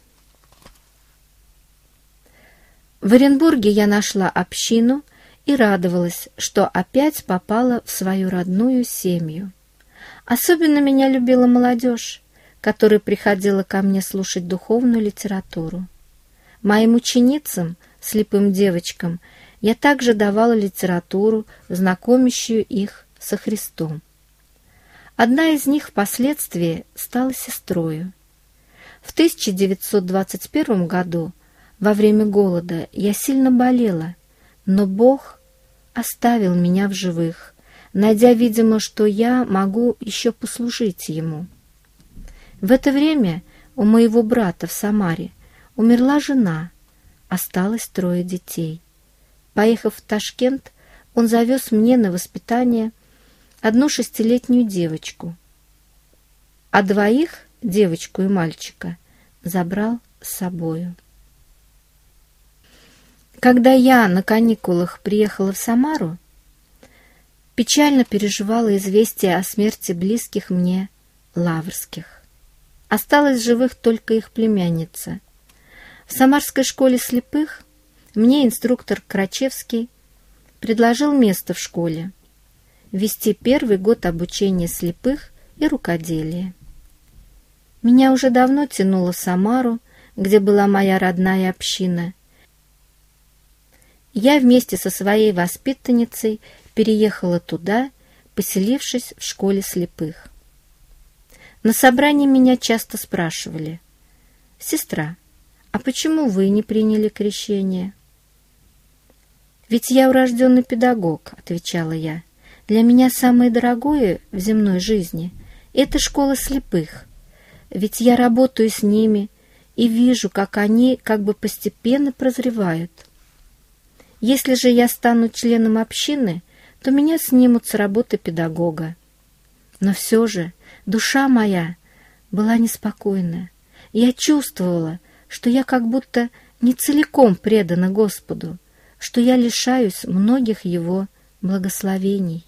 В Оренбурге я нашла общину и радовалась, что опять попала в свою родную семью. Особенно меня любила молодежь, которая приходила ко мне слушать духовную литературу. Моим ученицам, слепым девочкам, я также давала литературу, знакомящую их со Христом. Одна из них впоследствии стала сестрою. В тысяча девятьсот двадцать первом году, во время голода, я сильно болела, но Бог оставил меня в живых, найдя, видимо, что я могу еще послужить Ему. В это время у моего брата в Самаре умерла жена, осталось трое детей. Поехав в Ташкент, он завез мне на воспитание одну шестилетнюю девочку, а двоих, девочку и мальчика, забрал с собою. Когда я на каникулах приехала в Самару, печально переживала известие о смерти близких мне лаврских. Осталась живых только их племянница. В Самарской школе слепых мне инструктор Крачевский предложил место в школе, вести первый год обучения слепых и рукоделия. Меня уже давно тянуло в Самару, где была моя родная община. Я вместе со своей воспитанницей переехала туда, поселившись в школе слепых. На собрании меня часто спрашивали: «Сестра, а почему вы не приняли крещение?» «Ведь я урожденный педагог», — отвечала я. «Для меня самое дорогое в земной жизни — это школа слепых. Ведь я работаю с ними и вижу, как они как бы постепенно прозревают. Если же я стану членом общины, то меня снимут с работы педагога». Но все же душа моя была неспокойна. Я чувствовала, что я как будто не целиком предана Господу, что я лишаюсь многих Его благословений.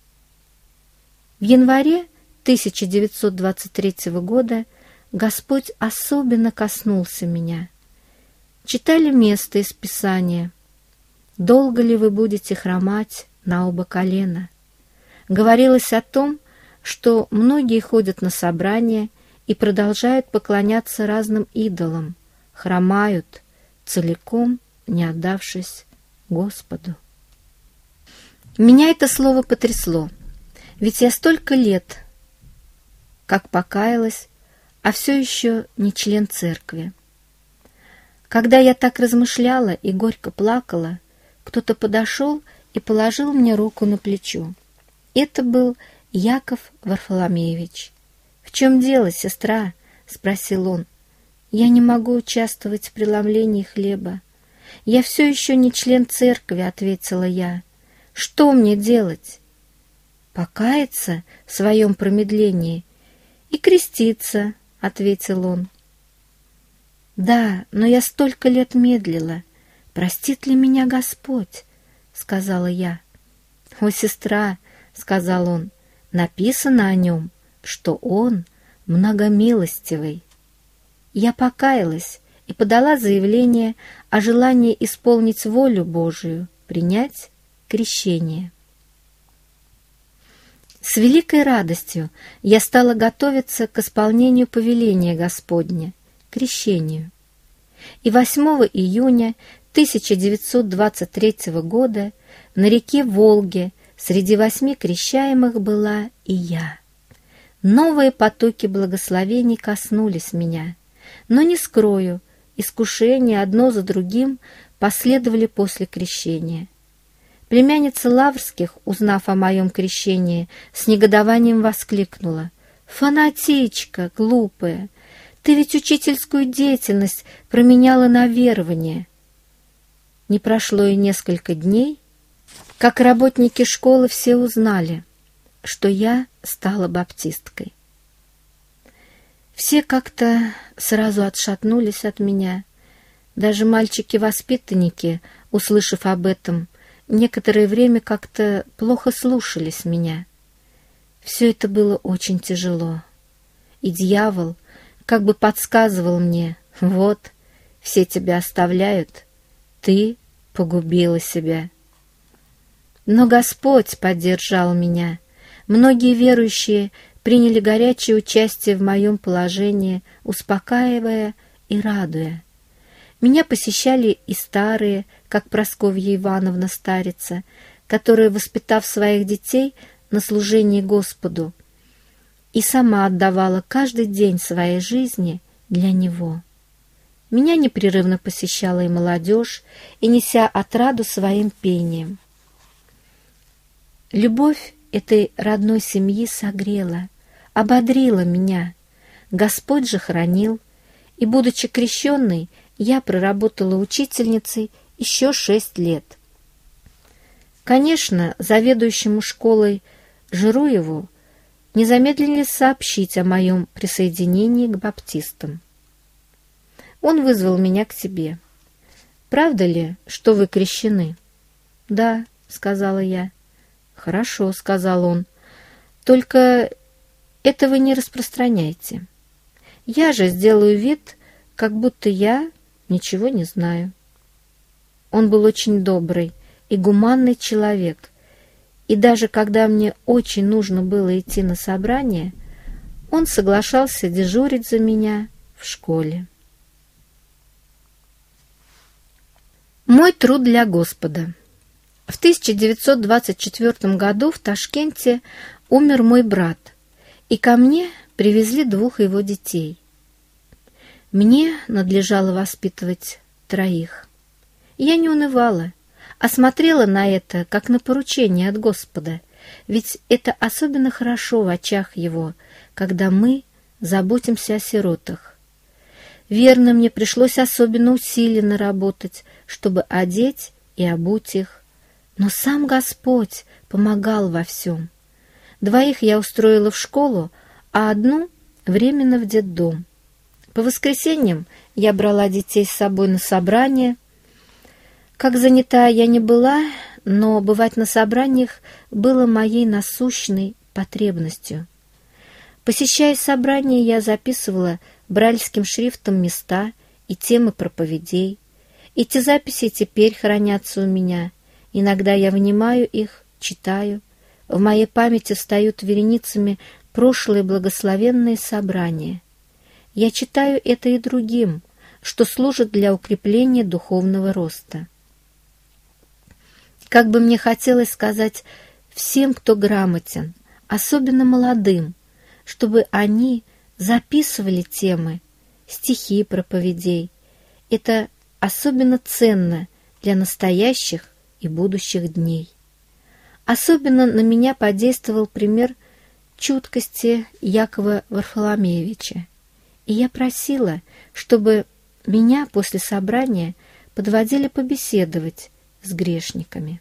В январе тысяча девятьсот двадцать третьего года Господь особенно коснулся меня. Читали место из Писания: «Долго ли вы будете хромать на оба колена?» Говорилось о том, что многие ходят на собрания и продолжают поклоняться разным идолам, хромают, целиком не отдавшись Господу. Меня это слово потрясло, ведь я столько лет как покаялась, а все еще не член церкви. Когда я так размышляла и горько плакала, кто-то подошел и положил мне руку на плечо. Это был Яков Варфоломеевич. «В чем дело, сестра?» — спросил он. «Я не могу участвовать в преломлении хлеба. Я все еще не член церкви», — ответила я. «Что мне делать?» «Покаяться в своем промедлении и креститься», — ответил он. «Да, но я столько лет медлила. Простит ли меня Господь?» — сказала я. «О, сестра», — сказал он, — «написано о нем, что он многомилостивый». Я покаялась и подала заявление о желании исполнить волю Божию, принять крещение. С великой радостью я стала готовиться к исполнению повеления Господня, крещению. И восьмого июня тысяча девятьсот двадцать третьего года на реке Волге среди восьми крещаемых была и я. Новые потоки благословений коснулись меня, но не скрою, искушения одно за другим последовали после крещения. Племянница Лаврских, узнав о моем крещении, с негодованием воскликнула: «Фанатичка, глупая, ты ведь учительскую деятельность променяла на верование». Не прошло и несколько дней, как работники школы все узнали, что я стала баптисткой. Все как-то сразу отшатнулись от меня. Даже мальчики-воспитанники, услышав об этом, некоторое время как-то плохо слушались меня. Все это было очень тяжело. И дьявол как бы подсказывал мне: вот, все тебя оставляют, ты погубила себя. Но Господь поддержал меня. Многие верующие приняли горячее участие в моем положении, успокаивая и радуя. Меня посещали и старые, как Прасковья Ивановна старица, которая, воспитав своих детей на служении Господу, и сама отдавала каждый день своей жизни для Него. Меня непрерывно посещала и молодежь, и неся отраду своим пением. Любовь этой родной семьи согрела, ободрила меня. Господь же хранил, и, будучи крещенной, я проработала учительницей еще шесть лет. Конечно, заведующему школой Жируеву не замедлили сообщить о моем присоединении к баптистам. Он вызвал меня к себе. «Правда ли, что вы крещены?» «Да», — сказала я. «Хорошо», — сказал он, — «только этого не распространяйте. Я же сделаю вид, как будто я ничего не знаю». Он был очень добрый и гуманный человек, и даже когда мне очень нужно было идти на собрание, он соглашался дежурить за меня в школе. Мой труд для Господа. В тысяча девятьсот двадцать четвёртом году в Ташкенте умер мой брат, и ко мне привезли двух его детей. Мне надлежало воспитывать троих. Я не унывала, а смотрела на это, как на поручение от Господа, ведь это особенно хорошо в очах Его, когда мы заботимся о сиротах. Верно, мне пришлось особенно усиленно работать, чтобы одеть и обуть их, но сам Господь помогал во всем. Двоих я устроила в школу, а одну временно в детдом. По воскресеньям я брала детей с собой на собрания. Как занята я не была, но бывать на собраниях было моей насущной потребностью. Посещая собрания, я записывала брайльским шрифтом места и темы проповедей. Эти записи теперь хранятся у меня. Иногда я вынимаю их, читаю. В моей памяти встают вереницами прошлые благословенные собрания. Я читаю это и другим, что служит для укрепления духовного роста. Как бы мне хотелось сказать всем, кто грамотен, особенно молодым, чтобы они записывали темы, стихи проповедей. Это особенно ценно для настоящих и будущих дней. Особенно на меня подействовал пример чуткости Якова Варфоломеевича, и я просила, чтобы меня после собрания подводили побеседовать с грешниками.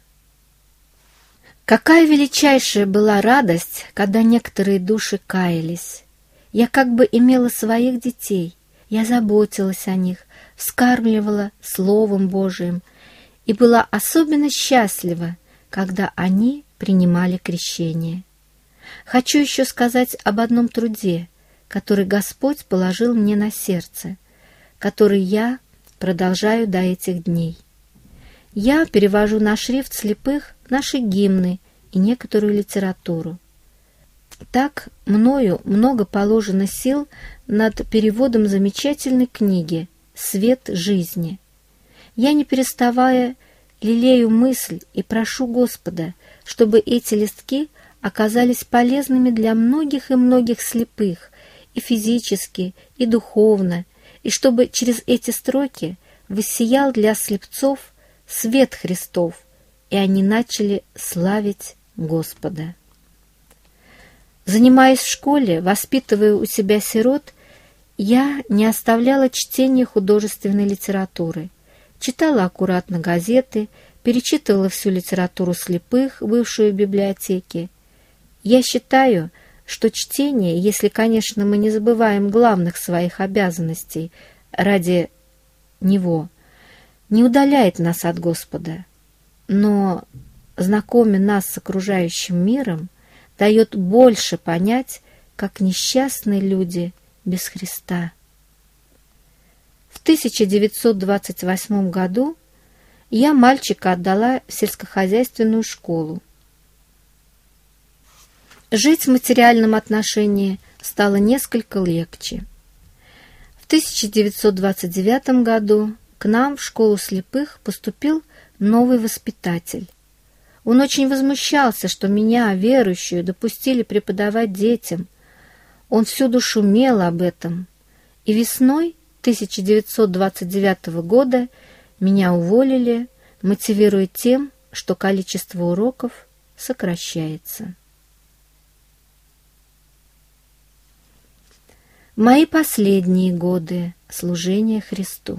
Какая величайшая была радость, когда некоторые души каялись. Я как бы имела своих детей, я заботилась о них, вскармливала Словом Божиим и была особенно счастлива, когда они принимали крещение. Хочу еще сказать об одном труде, который Господь положил мне на сердце, который я продолжаю до этих дней. Я перевожу на шрифт слепых наши гимны и некоторую литературу. Так мною много положено сил над переводом замечательной книги «Свет жизни». Я, не переставая, лелею мысль и прошу Господа, чтобы эти листки оказались полезными для многих и многих слепых, и физически, и духовно, и чтобы через эти строки воссиял для слепцов свет Христов, и они начали славить Господа. Занимаясь в школе, воспитывая у себя сирот, я не оставляла чтения художественной литературы, читала аккуратно газеты, перечитывала всю литературу слепых, бывшую в библиотеке. Я считаю, что чтение, если, конечно, мы не забываем главных своих обязанностей ради него, не удаляет нас от Господа, но, знакомя нас с окружающим миром, дает больше понять, как несчастны люди без Христа. В тысяча девятьсот двадцать восьмом году я мальчика отдала в сельскохозяйственную школу. Жить в материальном отношении стало несколько легче. В тысяча девятьсот двадцать девятом году к нам в школу слепых поступил новый воспитатель. Он очень возмущался, что меня, верующую, допустили преподавать детям. Он всюду шумел об этом. И весной тысяча девятьсот двадцать девятого года меня уволили, мотивируя тем, что количество уроков сокращается. Мои последние годы служения Христу.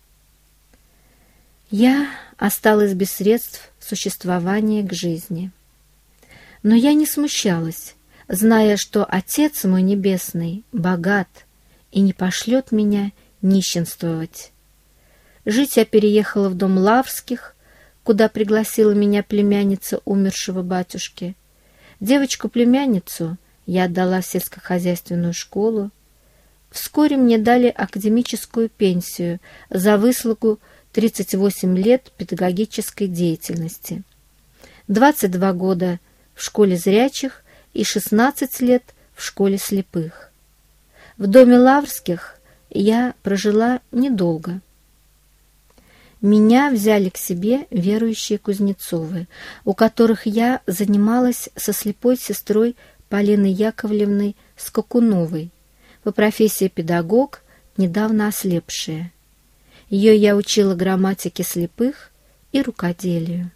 Я осталась без средств существования к жизни. Но я не смущалась, зная, что Отец мой Небесный богат и не пошлет меня нищенствовать. Жить я переехала в дом Лавских, куда пригласила меня племянница умершего батюшки. Девочку-племянницу я отдала в сельскохозяйственную школу. Вскоре мне дали академическую пенсию за выслугу тридцать восемь лет педагогической деятельности, двадцать два года в школе зрячих и шестнадцать лет в школе слепых. В доме Лаврских я прожила недолго. Меня взяли к себе верующие Кузнецовы, у которых я занималась со слепой сестрой Полиной Яковлевной Скакуновой, по профессии педагог, недавно ослепшая. Ее я учила грамматике слепых и рукоделию.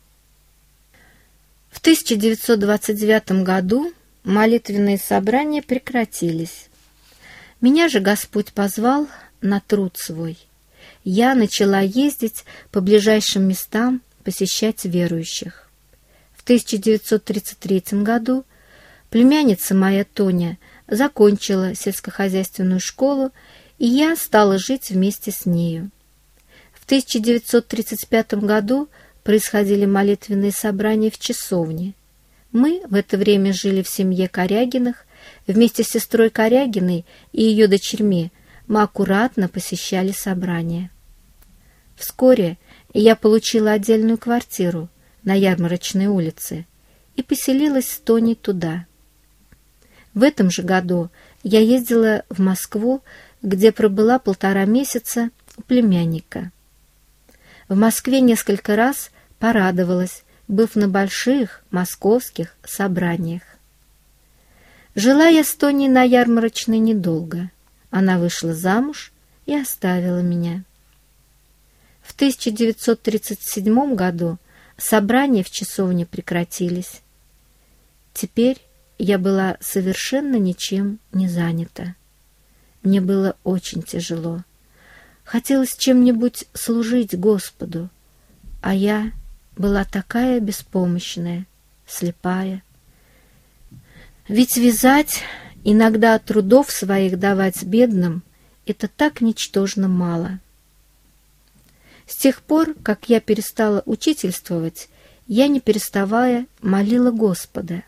В тысяча девятьсот двадцать девятом году молитвенные собрания прекратились. Меня же Господь позвал на труд свой. Я начала ездить по ближайшим местам, посещать верующих. В тысяча девятьсот тридцать третьем году племянница моя Тоня закончила сельскохозяйственную школу, и я стала жить вместе с нею. В тысяча девятьсот тридцать пятом году происходили молитвенные собрания в часовне. Мы в это время жили в семье Корягиных. Вместе с сестрой Корягиной и ее дочерьми мы аккуратно посещали собрания. Вскоре я получила отдельную квартиру на Ярмарочной улице и поселилась с Тоней туда. В этом же году я ездила в Москву, где пробыла полтора месяца у племянника. В Москве несколько раз порадовалась, быв на больших московских собраниях. Жила я с Тоней на Ярмарочной недолго. Она вышла замуж и оставила меня. В тысяча девятьсот тридцать седьмом году собрания в часовне прекратились. Теперь я была совершенно ничем не занята. Мне было очень тяжело. Хотелось чем-нибудь служить Господу, а я была такая беспомощная, слепая. Ведь вязать, иногда трудов своих давать бедным, это так ничтожно мало. С тех пор, как я перестала учительствовать, я, не переставая, молила Господа,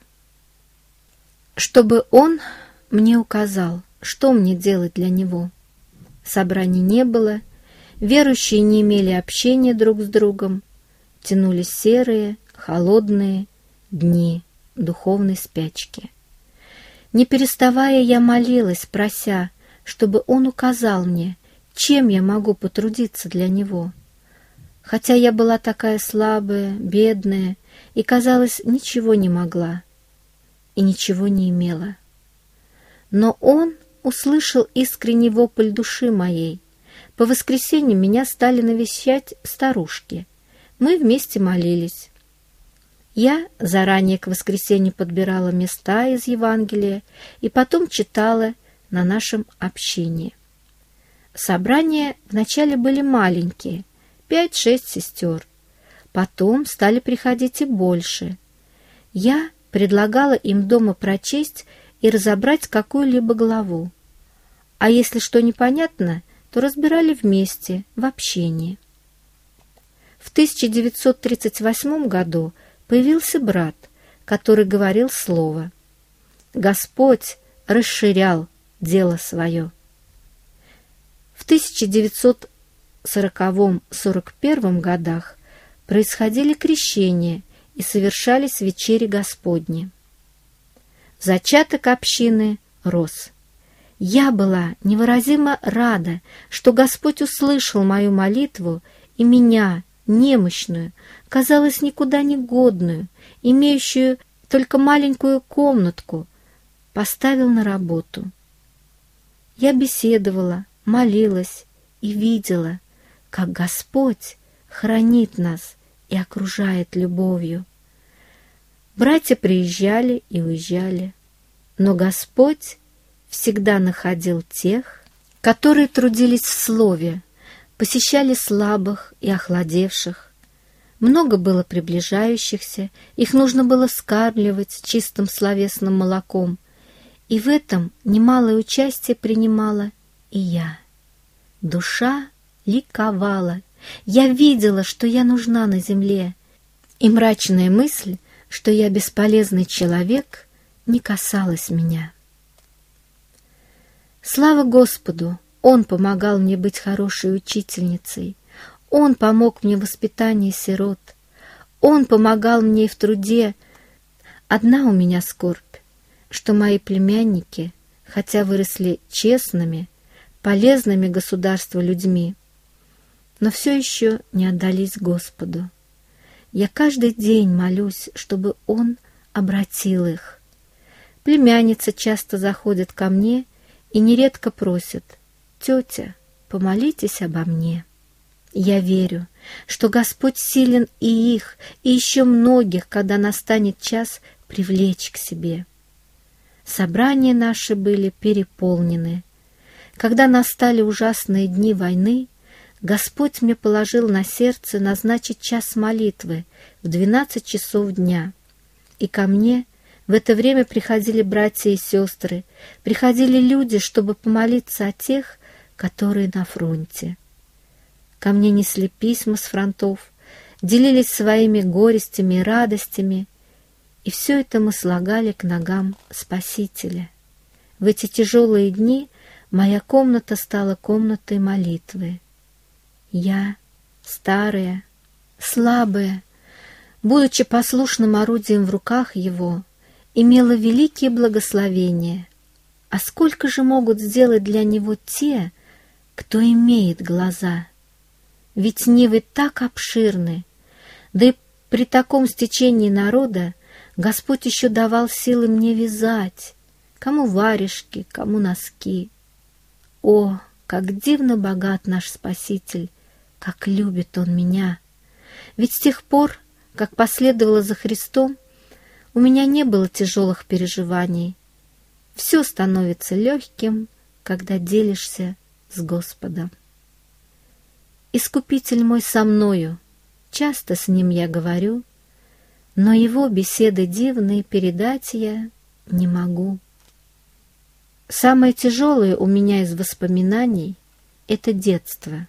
чтобы Он мне указал, что мне делать для Него. Собраний не было, верующие не имели общения друг с другом, тянулись серые, холодные дни духовной спячки. Не переставая, я молилась, прося, чтобы Он указал мне, чем я могу потрудиться для Него. Хотя я была такая слабая, бедная и, казалось, ничего не могла и ничего не имела. Но Он услышал искренний вопль души моей. По воскресеньям меня стали навещать старушки. Мы вместе молились. Я заранее к воскресенью подбирала места из Евангелия и потом читала на нашем общении. Собрания вначале были маленькие, пять-шесть сестер. Потом стали приходить и больше. Я предлагала им дома прочесть и разобрать какую-либо главу. А если что непонятно, то разбирали вместе, в общении. В тысяча девятьсот тридцать восьмом году появился брат, который говорил слово. Господь расширял дело свое. В тысяча девятьсот сороковом — сорок первом годах происходили крещения и совершались вечери Господни. Зачаток общины рос. Я была невыразимо рада, что Господь услышал мою молитву и меня, немощную, казалось, никуда не годную, имеющую только маленькую комнатку, поставил на работу. Я беседовала, молилась и видела, как Господь хранит нас и окружает любовью. Братья приезжали и уезжали, но Господь всегда находил тех, которые трудились в слове, посещали слабых и охладевших. Много было приближающихся, их нужно было вскармливать чистым словесным молоком, и в этом немалое участие принимала и я. Душа ликовала, я видела, что я нужна на земле, и мрачная мысль, что я бесполезный человек, не касалась меня. Слава Господу! Он помогал мне быть хорошей учительницей. Он помог мне в воспитании сирот. Он помогал мне и в труде. Одна у меня скорбь, что мои племянники, хотя выросли честными, полезными государству людьми, но все еще не отдались Господу. Я каждый день молюсь, чтобы Он обратил их. Племянница часто заходит ко мне и нередко просит: «Тетя, помолитесь обо мне». Я верю, что Господь силен и их, и еще многих, когда настанет час, привлечь к себе. Собрания наши были переполнены. Когда настали ужасные дни войны, Господь мне положил на сердце назначить час молитвы в двенадцать часов дня. И ко мне в это время приходили братья и сестры, приходили люди, чтобы помолиться о тех, которые на фронте. Ко мне несли письма с фронтов, делились своими горестями и радостями, и все это мы слагали к ногам Спасителя. В эти тяжелые дни моя комната стала комнатой молитвы. Я, старая, слабая, будучи послушным орудием в руках Его, имела великие благословения. А сколько же могут сделать для Него те, кто имеет глаза? Ведь нивы так обширны, да и при таком стечении народа Господь еще давал силы мне вязать, кому варежки, кому носки. О, как дивно богат наш Спаситель, как любит Он меня! Ведь с тех пор, как последовала за Христом, у меня не было тяжелых переживаний. Все становится легким, когда делишься с Господом. Искупитель мой со мною, часто с Ним я говорю, но Его беседы дивные передать я не могу. Самое тяжелое у меня из воспоминаний — это детство.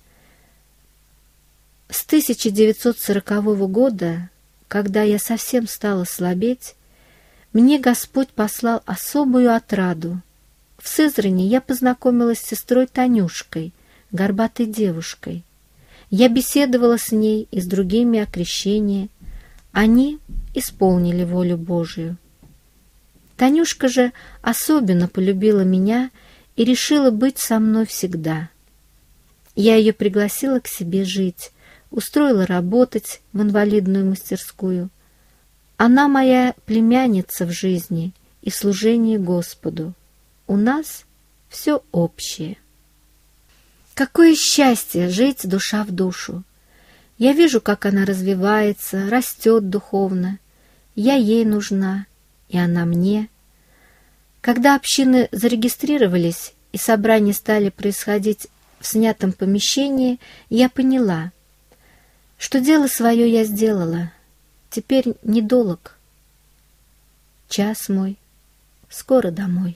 С тысяча девятьсот сорокового года, когда я совсем стала слабеть, мне Господь послал особую отраду. В Сызрани я познакомилась с сестрой Танюшкой, горбатой девушкой. Я беседовала с ней и с другими о крещении. Они исполнили волю Божию. Танюшка же особенно полюбила меня и решила быть со мной всегда. Я ее пригласила к себе жить, устроила работать в инвалидную мастерскую. Она моя племянница в жизни и в служении Господу. У нас все общее. Какое счастье жить душа в душу! Я вижу, как она развивается, растет духовно. Я ей нужна, и она мне. Когда общины зарегистрировались и собрания стали происходить в снятом помещении, я поняла, что дело свое я сделала. Теперь недолг. Час мой, скоро домой.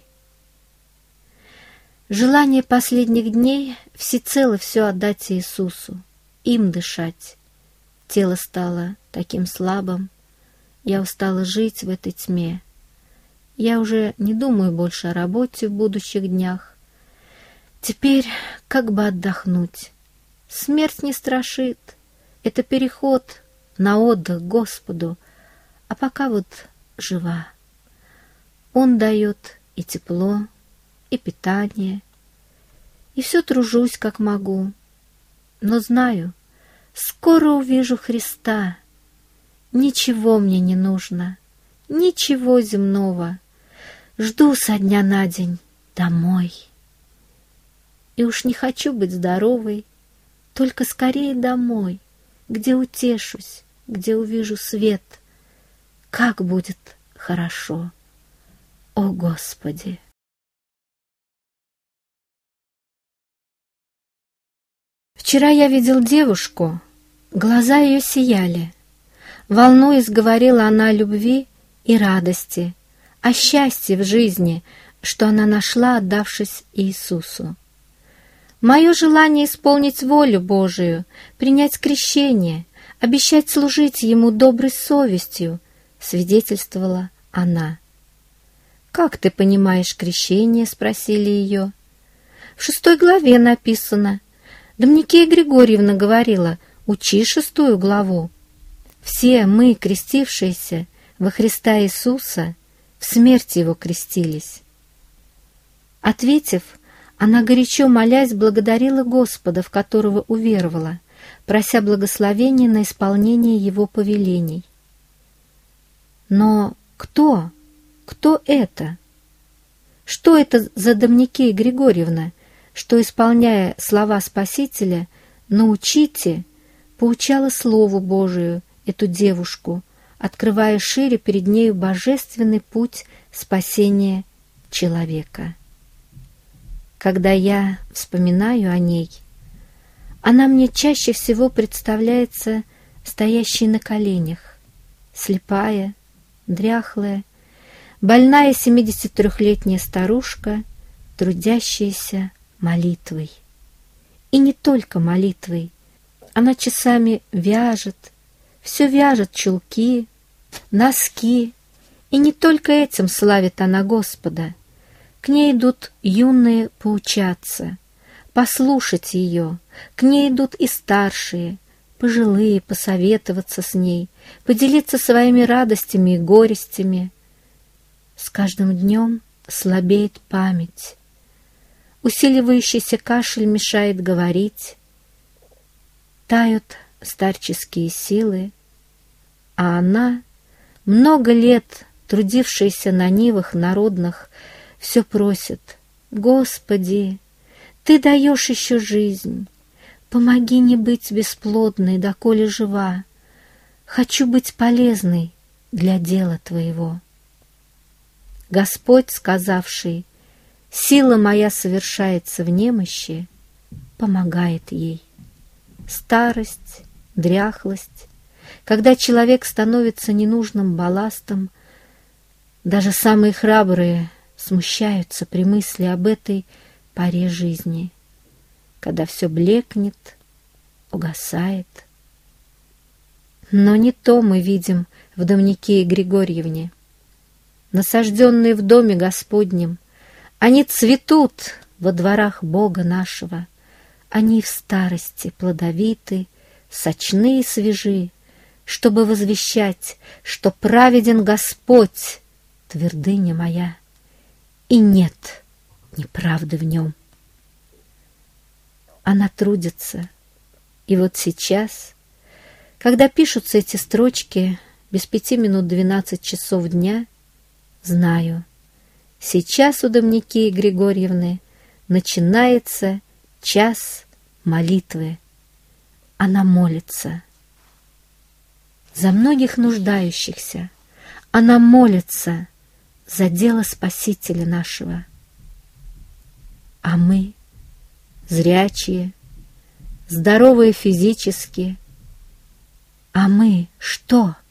Желание последних дней всецело все отдать Иисусу, им дышать. Тело стало таким слабым, я устала жить в этой тьме. Я уже не думаю больше о работе в будущих днях. Теперь как бы отдохнуть. Смерть не страшит, это переход на отдых Господу, а пока вот жива. Он дает и тепло, и питание, и все тружусь, как могу. Но знаю, скоро увижу Христа. Ничего мне не нужно, ничего земного. Жду со дня на день домой. И уж не хочу быть здоровой, только скорее домой, где утешусь, где увижу свет. Как будет хорошо, о Господи! Вчера я видел девушку, глаза ее сияли. Волнуясь, говорила она о любви и радости, о счастье в жизни, что она нашла, отдавшись Иисусу. Мое желание исполнить волю Божию, принять крещение, обещать служить Ему доброй совестью, свидетельствовала она. «Как ты понимаешь крещение?» — спросили ее. «В шестой главе написано. Домникея Григорьевна говорила, учи шестую главу. Все мы, крестившиеся во Христа Иисуса, в смерти Его крестились». Ответив, она, горячо молясь, благодарила Господа, в которого уверовала, прося благословения на исполнение его повелений. Но кто? Кто это? Что это за Домникея Григорьевна, что, исполняя слова Спасителя, «научите», поучала Слову Божию эту девушку, открывая шире перед нею божественный путь спасения человека? Когда я вспоминаю о ней, она мне чаще всего представляется стоящей на коленях, слепая, дряхлая, больная семидесятитрёхлетняя старушка, трудящаяся молитвой. И не только молитвой. Она часами вяжет, все вяжет чулки, носки, и не только этим славит она Господа. К ней идут юные поучаться, послушать ее, к ней идут и старшие, пожилые, посоветоваться с ней, поделиться своими радостями и горестями. С каждым днем слабеет память. Усиливающийся кашель мешает говорить. Тают старческие силы, а она, много лет трудившаяся на нивах народных, все просит: «Господи, Ты даешь еще жизнь, помоги не быть бесплодной, доколе жива. Хочу быть полезной для дела Твоего». Господь, сказавший: «Сила моя совершается в немощи», помогает ей. Старость, дряхлость, когда человек становится ненужным балластом, даже самые храбрые смущаются при мысли об этой поре жизни, когда все блекнет, угасает. Но не то мы видим в Домникее Григорьевне. Насажденные в доме Господнем, они цветут во дворах Бога нашего, они в старости плодовиты, сочны и свежи, чтобы возвещать, что праведен Господь, твердыня моя, и нет неправды в нем. Она трудится, и вот сейчас, когда пишутся эти строчки без пяти минут двенадцать часов дня, знаю, сейчас у Домникеи Григорьевны начинается час молитвы. Она молится за многих нуждающихся. Она молится за дело Спасителя нашего. А мы, зрячие, здоровые физически, а мы что?